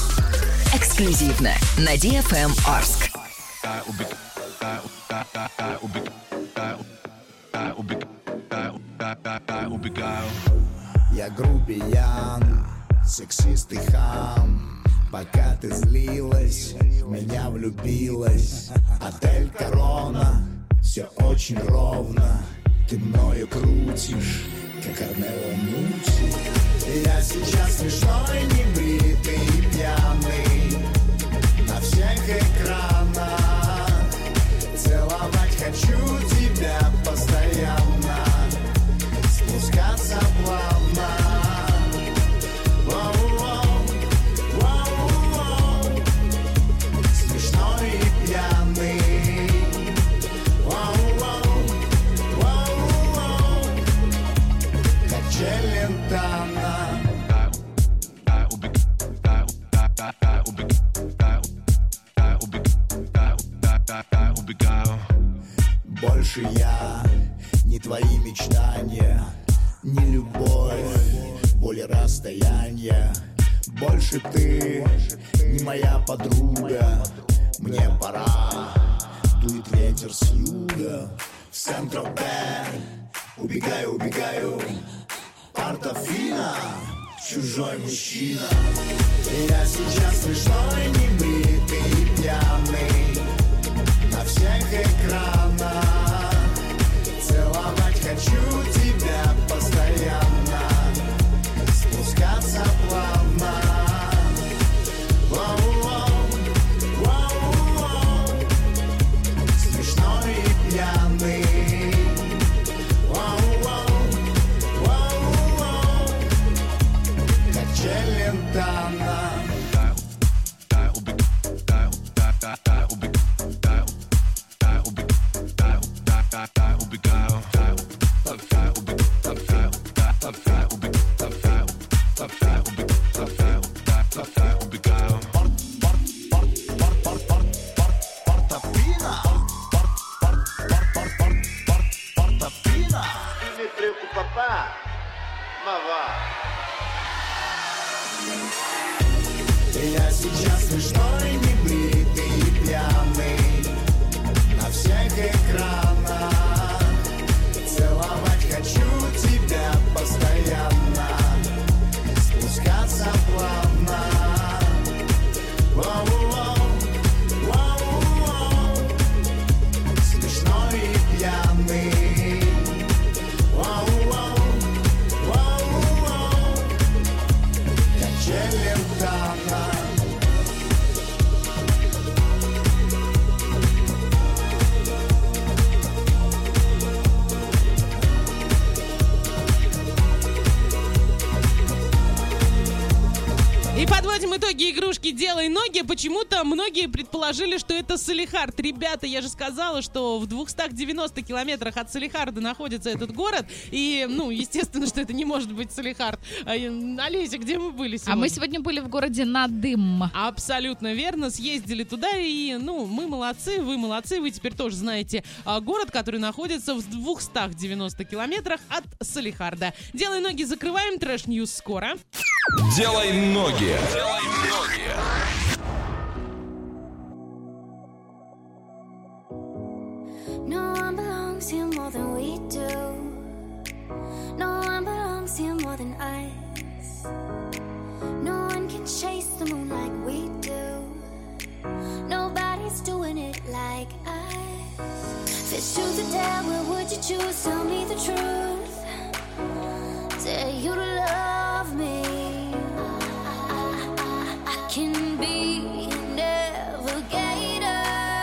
Эксклюзивно на DFM Орск. Я грубиян, сексист и хам. Пока ты злилась, в меня влюбилась. Отель Корона, все очень ровно. Ты мною крутишь, как Арнелла Мучи. Я сейчас смешной, небритый и пьяный на всех экранах. Целовать хочу тебя постоянно, спускаться плавно. Воу-воу, воу-воу. Смешной и пьяный. Воу-воу, воу-воу. Как Челентано. Больше я не твои мечтания, не любовь, боль и расстояние. Больше ты не моя подруга. Мне пора, дует ветер с юга. В Сент-Тропе убегаю, убегаю. Портофино, чужой мужчина. Я сейчас смешной, небритый и пьяный на всех экранах. Целовать хочу тебя постоянно, спускаться плавно. Воу-воу, воу-воу. Смешной и пьяный. Воу-воу. Я сейчас смешной, небритый и пьяный на всех экранах. Целовать хочу тебя постоянно, спускаться плавно. Воу-воу, воу-воу, смешной и пьяный. Воу-воу, воу-воу, как Челентано. И подводим итоги игрушки «Делай ноги». Почему-то многие предположили, что это Салехард. Ребята, я же сказала, что в 290 километрах от Салехарда находится этот город. И, естественно, что это не может быть Салехард. Олеся, где мы были сегодня? А мы сегодня были в городе Надым. Абсолютно верно. Съездили туда, и, мы молодцы, вы теперь тоже знаете город, который находится в 290 километрах от Салехарда. «Делай ноги» закрываем. Трэш-ньюс скоро. Делай ноги. No one belongs here more than we do. No one belongs here more than us. No one can chase the moon like we do. Nobody's doing it like us. If it's truth or dare, where would you choose? Tell me the truth. Tell you to love me. I can be a navigator.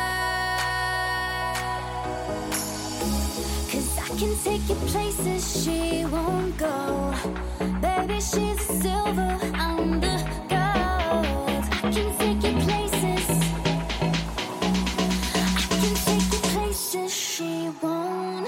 'Cause I can take you places she won't go. Baby, she's silver, I'm the gold. I can take you places. I can take you places she won't.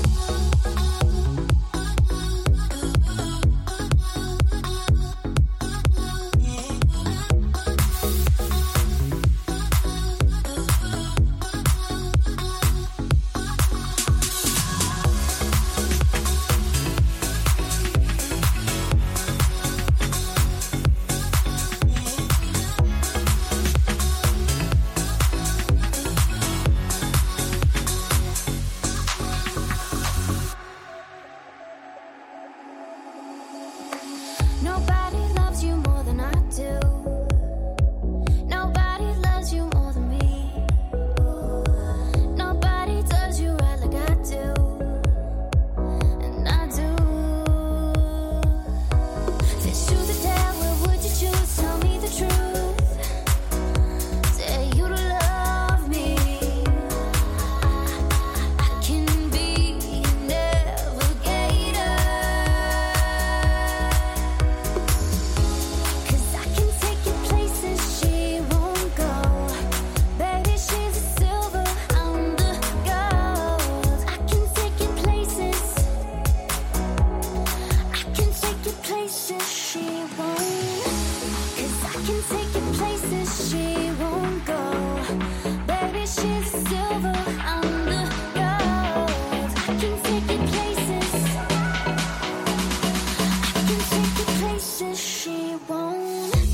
Nobody loves you more than I do. Nobody loves you more than me. Nobody does you right like I do. And I do. If it's true the dare, where would you choose? Tell me the truth. Say you to love me. I can be a navigator. 'Cause I can take you places she won't go. Baby, she's a silver, I'm the gold. I can take you places. I can take you places she won't. 'Cause I can take you places she won't go. Baby, she's a silver, I'm the gold. I can take you places. I can take you places she won't.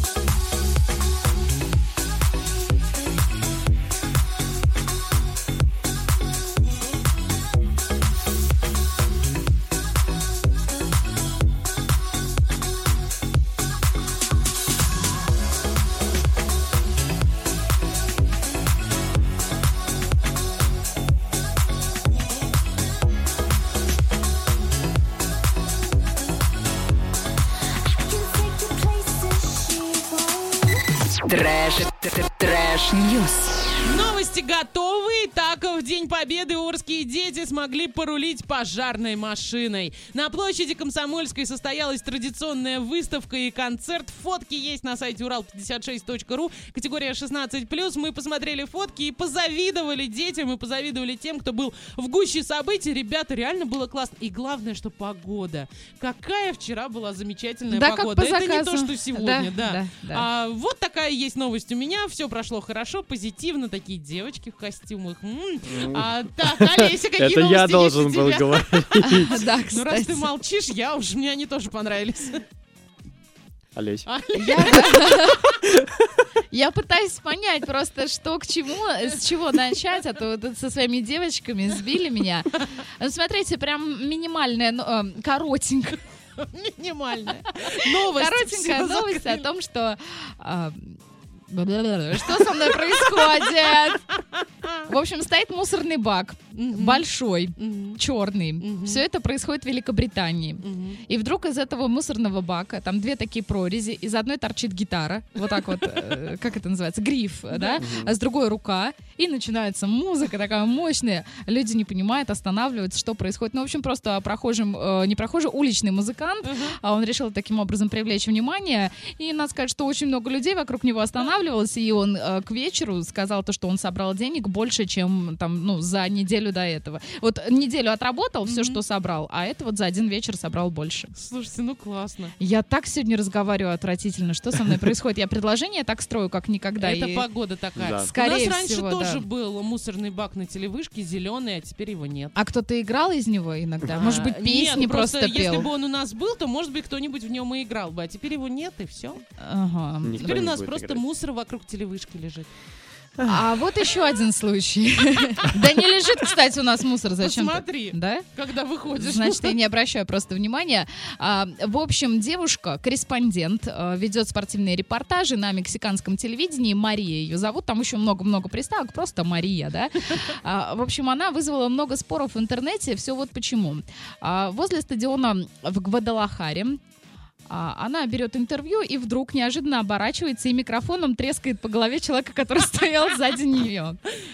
Трэш-ньюс. Новости готовы. Так, в День Победы орские дети смогли порулить пожарной машиной. На площади Комсомольской состоялась традиционная выставка и концерт. Фотки есть на сайте урал56.ру. Категория 16+. Мы посмотрели фотки и позавидовали детям, и позавидовали тем, кто был в гуще событий. Ребята, реально было классно. И главное, что погода. Какая вчера была замечательная погода. Как по Это заказу. не то, что сегодня. Да. Вот такая есть новость у меня. Все прошло хорошо, позитивно. особенно такие девочки в костюмах. Так, Олеся, какие Это новости я есть должен у был тебя? Да, Ну, раз кстати. ты молчишь, мне они тоже понравились. Олесь. Я пытаюсь понять просто, что к чему, с чего начать, а то вот со своими девочками сбили меня. Ну, смотрите, прям минимальная, коротенькая. Минимальная новость. Коротенькая новость о том, что... Что со мной происходит? В общем, стоит мусорный бак, большой, черный. Все это происходит в Великобритании. И вдруг из этого мусорного бака, там две такие прорези, из одной торчит гитара, вот так вот, как это называется, гриф, да, а с другой рука, и начинается музыка такая мощная. Люди не понимают, останавливаются, что происходит. Ну, в общем, просто уличный музыкант, он решил таким образом привлечь внимание, и надо сказать, что очень много людей вокруг него останавливалось, и он к вечеру сказал то, что он собрал денег больше, чем там, за неделю до этого. Вот неделю отработал все, что собрал, а это вот за один вечер собрал больше. Слушайте, классно. Я так сегодня разговариваю отвратительно. Что со мной происходит? Я предложение так строю, как никогда. Это погода такая. Да. Скорее У нас раньше всего, тоже был мусорный бак на телевышке, зеленый, а теперь его нет. А кто-то играл из него иногда? Может быть, песни Нет, просто пел? Если бы он у нас был, то, может быть, кто-нибудь в нем и играл бы. А теперь его нет, и все. Ага. Теперь у нас просто мусор вокруг телевышки лежит. А вот еще один случай. Да не лежит, кстати, у нас мусор. Зачем? Посмотри, да? Когда выходишь. Значит, я не обращаю просто внимания. В общем, девушка, корреспондент, ведет спортивные репортажи на мексиканском телевидении. Мария ее зовут. Там еще много-много приставок. Просто Мария, да? В общем, она вызвала много споров в интернете. Все вот почему. Возле стадиона в Гвадалахаре она берет интервью и вдруг неожиданно оборачивается и микрофоном трескает по голове человека, который стоял сзади нее.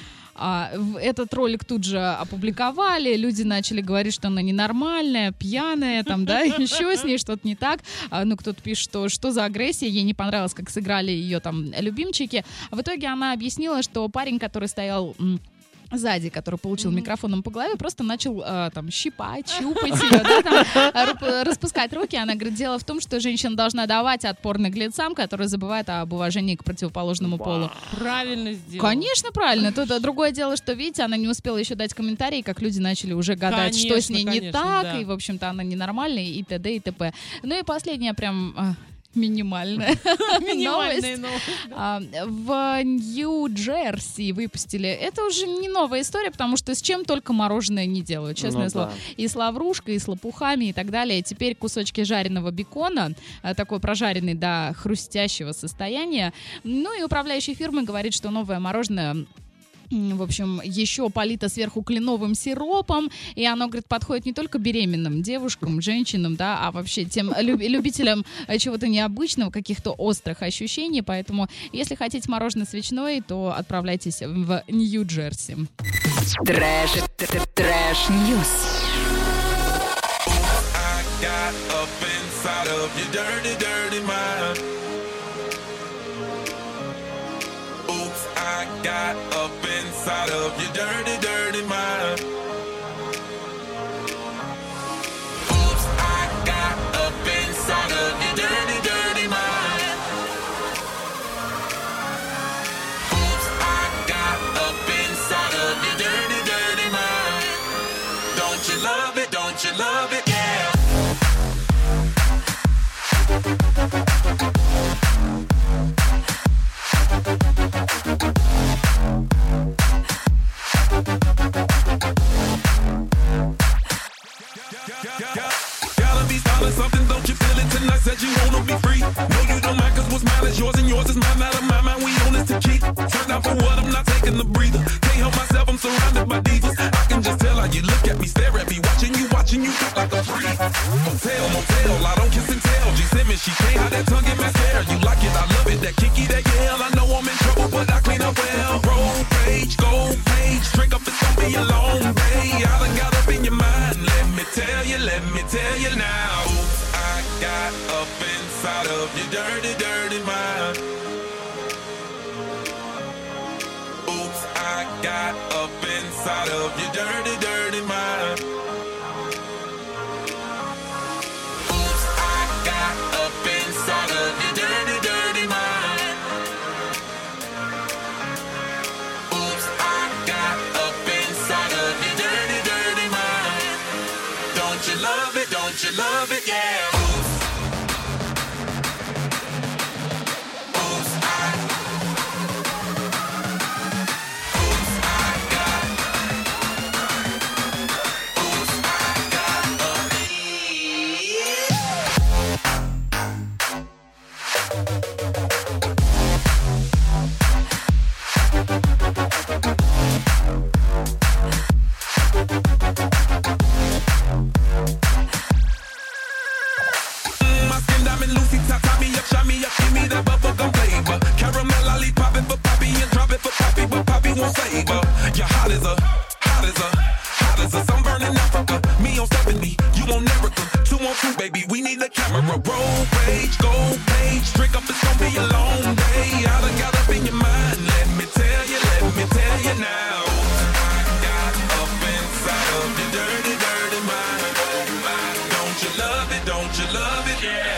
Этот ролик тут же опубликовали, люди начали говорить, что она ненормальная, пьяная, там, да, еще с ней что-то не так. Кто-то пишет, что за агрессия, ей не понравилось, как сыграли ее там любимчики. В итоге она объяснила, что парень, который стоял сзади, который получил микрофоном по голове, просто начал щипать, щупать ее, распускать руки. Она говорит, дело в том, что женщина должна давать отпор наглецам, которые забывают об уважении к противоположному полу. Правильно сделала. Конечно, правильно. Тут другое дело, что, видите, она не успела еще дать комментарии, как люди начали уже гадать, что с ней не так, и, в общем-то, она ненормальная, и т.д. и т.п. Ну и последняя прям... Минимальная новость. В Нью-Джерси выпустили. Это уже не новая история, потому что с чем только мороженое не делают, честное слово. И с лаврушкой, и с лопухами, и так далее. Теперь кусочки жареного бекона, такой прожаренный до хрустящего состояния. Ну и управляющий фирмой говорит, что новое мороженое... В общем, еще полито сверху кленовым сиропом, и оно, говорит, подходит не только беременным девушкам, женщинам, да, а вообще тем любителям чего-то необычного, каких-то острых ощущений, поэтому, если хотите мороженое с ветчиной, то отправляйтесь в Нью-Джерси. Трэш-ньюс. I got up inside of your dirty, dirty mind. Oops, I got up inside of your dirty, dirty mind. Oops, I got up inside of your dirty, dirty mind. Don't you love it? Don't you love it? Yeah. Gotta be starting something, don't you feel it tonight? Said you wanna be free. No, you don't mind, cause what's mine is yours and yours is mine. Out of my mind, we own this to keep. Turned out for what, I'm not taking the breather. Can't help myself, I'm surrounded by divas. I can just tell how you look at me, stare at me, watching you look like a freak. Motel, motel, I don't kiss and tell. G Simmons, she can't hide that tongue in my hair. You like it, I love it, that kicky, that yell. I know I'm in trouble, but I clean up well. Roll page, gold page, drink up, it's gonna be a long day. I done got up in your mind, let me tell you now. Oops, I got up inside of your dirty, dirty mind. Oops, I got up inside of your dirty, dirty mind. Oops, I got up inside of your dirty, dirty mind. saver. You're hot as a sunburn in Africa. Me on 70, you on America. 2 on 2, baby, we need a camera. Roll page, gold page, drink up, it's gonna be a long day. I done got up in your mind, let me tell you now. I got up inside of your dirty, dirty mind. Don't you love it, yeah.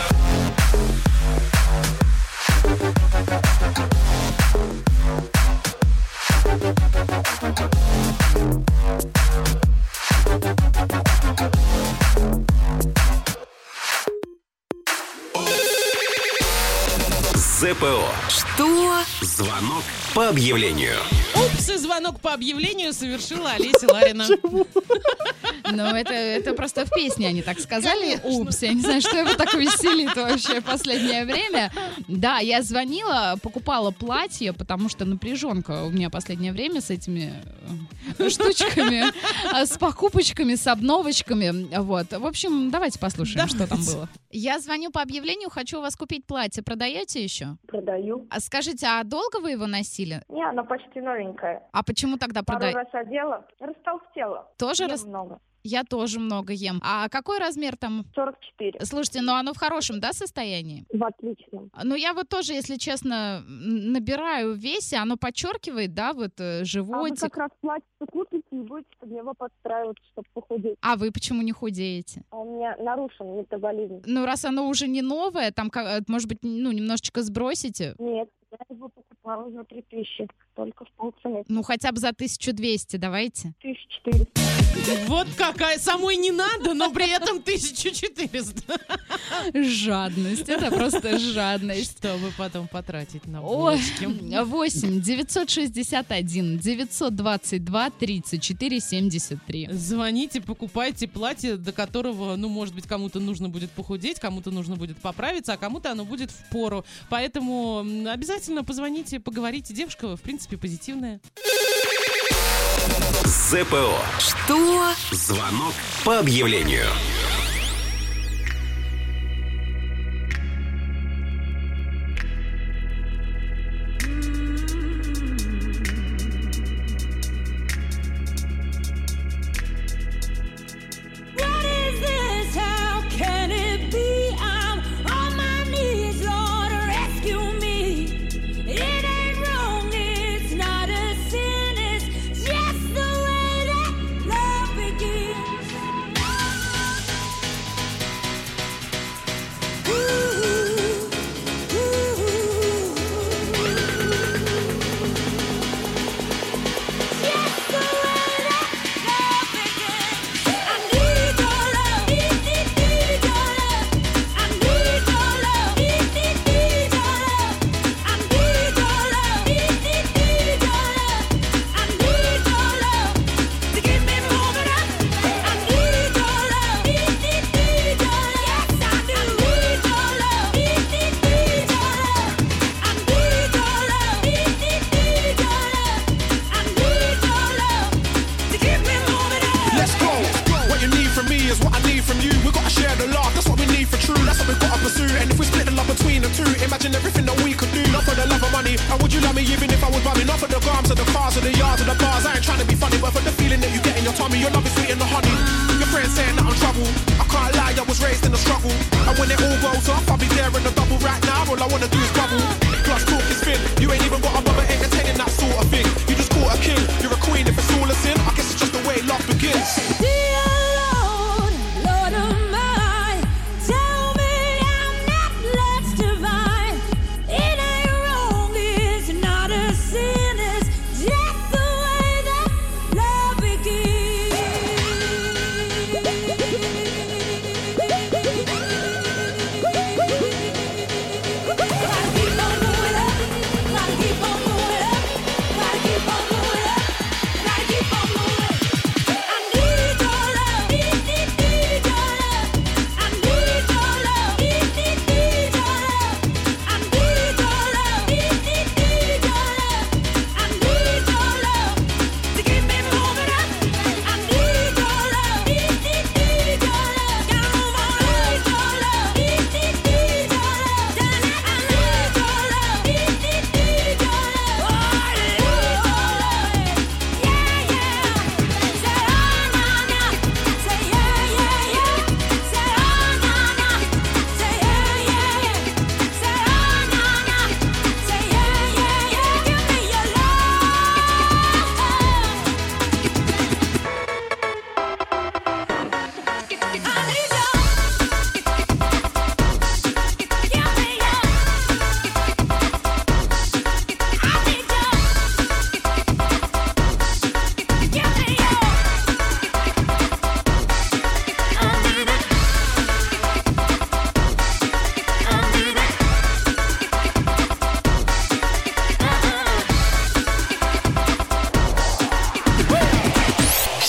ЗПО. Что? Звонок по объявлению. Упс, и звонок по объявлению совершила Олеся Ларина. Ну, это просто в песне они так сказали. Упс, я не знаю, что его так веселит вообще в последнее время. Да, я звонила, покупала платье, потому что напряженка у меня последнее время с этими штучками, с покупочками, с обновочками. Вот. В общем, давайте послушаем, что там было. Я звоню по объявлению, хочу у вас купить платье. Продаете еще? Продаю. А скажите, а долго вы его носили? Не, она почти новенькая. А почему тогда продаете? Пару раз одела, растолстела. Тоже много. Я тоже много ем. А какой размер там? 44. Слушайте, ну оно в хорошем, да, состоянии? В отличном. Ну я вот тоже, если честно, набираю в весе, оно подчеркивает, да, вот животик. А вы как раз платье купите и будете под него подстраиваться, чтобы похудеть. А вы почему не худеете? А у меня нарушен метаболизм. Ну раз оно уже не новое, там, может быть, ну немножечко сбросите? Нет, я его покупала за 3000, только в полцены. Ну хотя бы за 1200 давайте. 1400. Вот какая, самой не надо, но при этом 1400. Жадность, это просто жадность. Чтобы потом потратить на булочки. 8 961 922 34 73. Звоните, покупайте платье, до которого, ну, может быть, кому-то нужно будет похудеть, кому-то нужно будет поправиться, а кому-то оно будет впору. Поэтому обязательно позвоните, поговорите. Девушка, в принципе, позитивная. ЗПО. Что? Звонок по объявлению.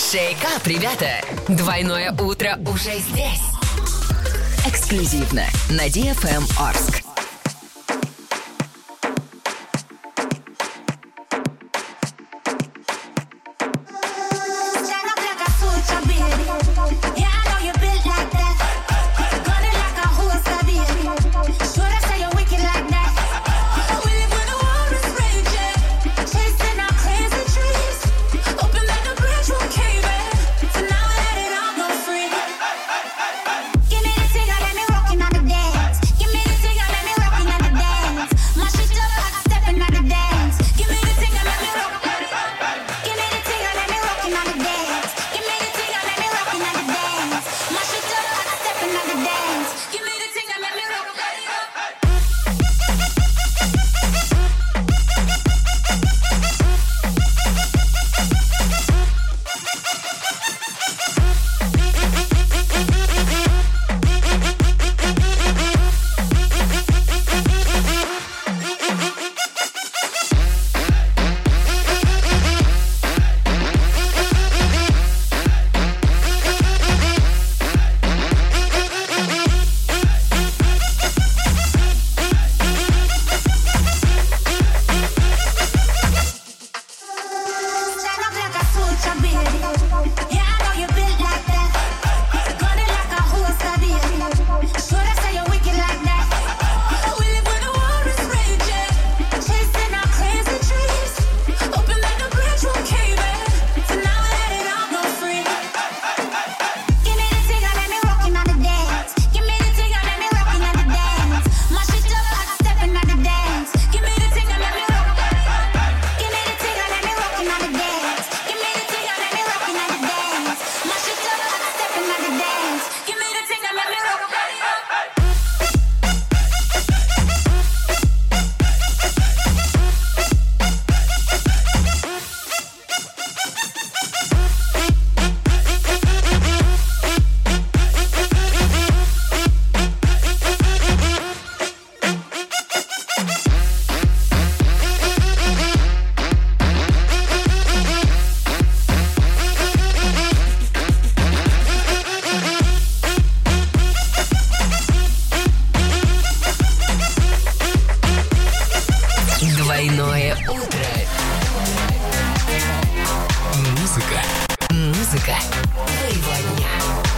Шейкап, ребята! Двойное утро уже здесь. Эксклюзивно на DFM Орск. Музыка твоего дня.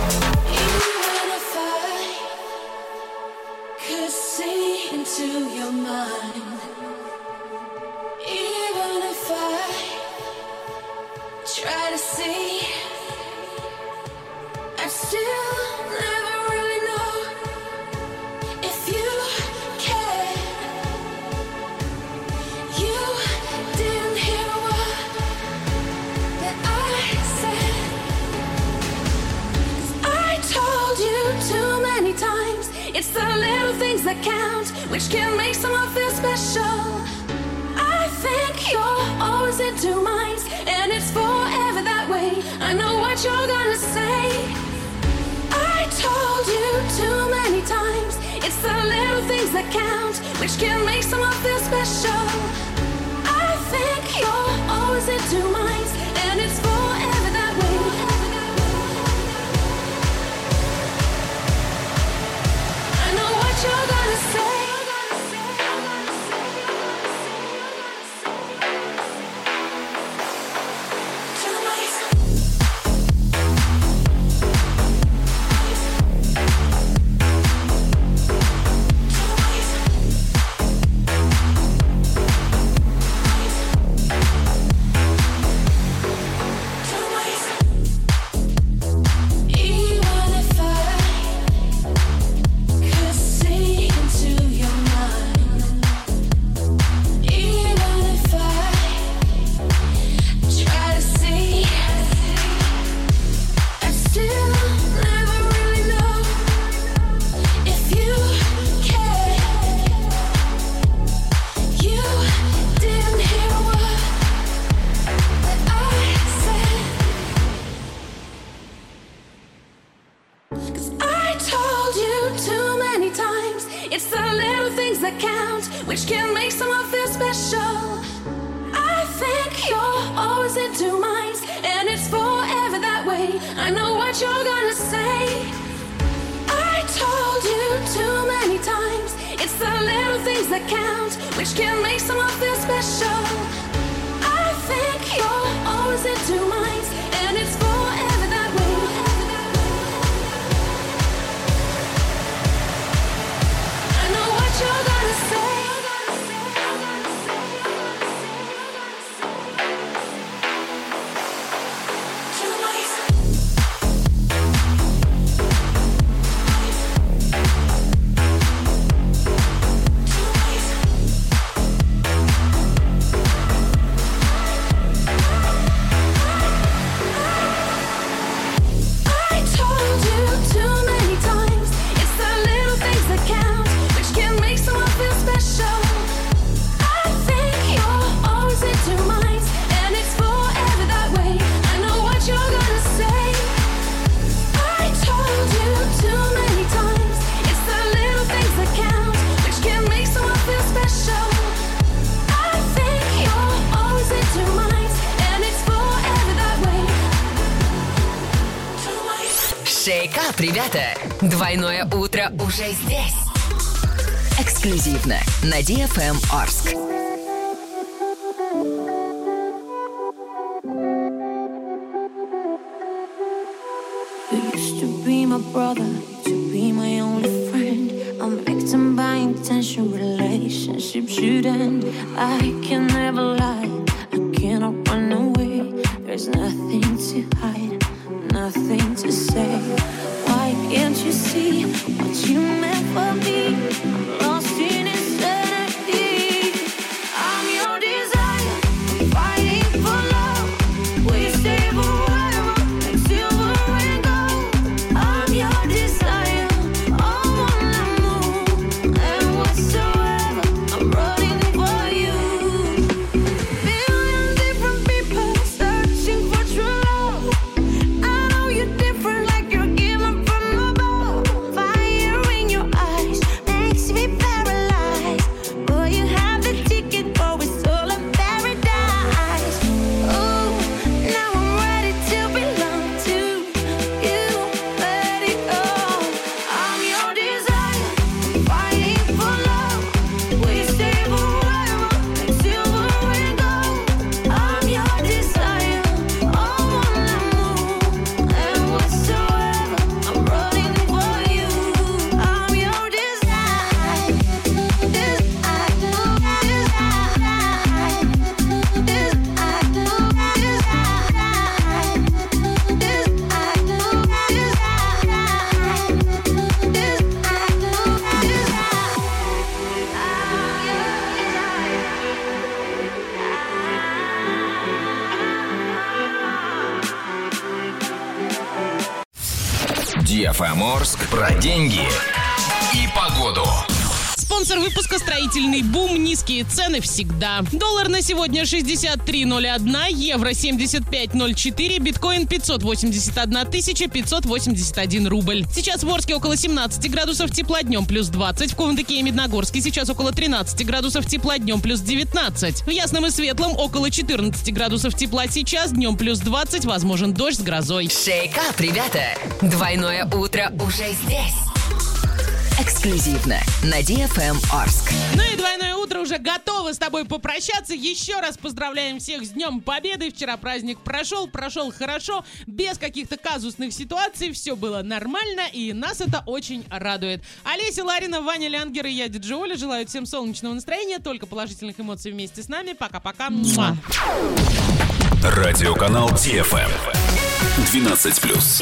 It's the little things that count, which can make someone feel special. I think you're always in two minds, and it's forever that way. I know what you're gonna say. I told you too many times. It's the little things that count, which can make someone feel special. I think you're always in two minds, and it's forever that way. You're gonna say which can make someone feel special. I think you're always in two minds, and it's forever that what you're gonna say. I told you too many times. It's the little things that count, which can make someone feel special. I think you're always in two minds, and it's forever that way. I know what you're gonna say. Шейкап, ребята! Двойное утро уже здесь. Эксклюзивно на DFM Орск. You used to be my brother, to be my only friend. I'm victim by intention, relationship should end. I can never lie, I cannot run away. There's nothing to hide, nothing to say. Why can't you see what you meant for me? I'm lost in insanity. I'm your desire, fighting for love. We stay forever, like silver and gold. I'm your desire, all on the move. And whatsoever, I'm running for you. Billion different people searching for true love. I know you're different, like you're given from above. Fire in your eyes makes me paralyzed. Boy, you have the ticket, but it's all in paradise. Ooh, now I'm ready to belong to you. Let it go. I'm your desire, fighting for love. We stay forever, like silver and gold. I'm your desire, all on the move. And whatsoever, I'm running for you. I'm your desire, DFM Орск про деньги и погоду. Спонсор выпуска «Строительный бум». Низкие цены всегда. Доллар на сегодня 63.01, евро 75.04, биткоин 581 581 рубль. Сейчас в Орске около 17 градусов тепла, днем плюс 20. В Кувандыке и Медногорске сейчас около 13 градусов тепла, днем плюс 19. В Ясном и Светлом около 14 градусов тепла сейчас, днем плюс 20. Возможен дождь с грозой. Шейкап, ребята! Двойное утро уже здесь. Эксклюзивно на DFM Орск. Ну и двойное утро уже готово с тобой попрощаться. Еще раз поздравляем всех с Днем Победы. Вчера праздник прошел хорошо, без каких-то казусных ситуаций. Все было нормально, и нас это очень радует. Олеся Ларина, Ваня Лянгер и я, диджей Оля, желаю всем солнечного настроения, только положительных эмоций вместе с нами. Пока-пока. Радиоканал DFM 12+.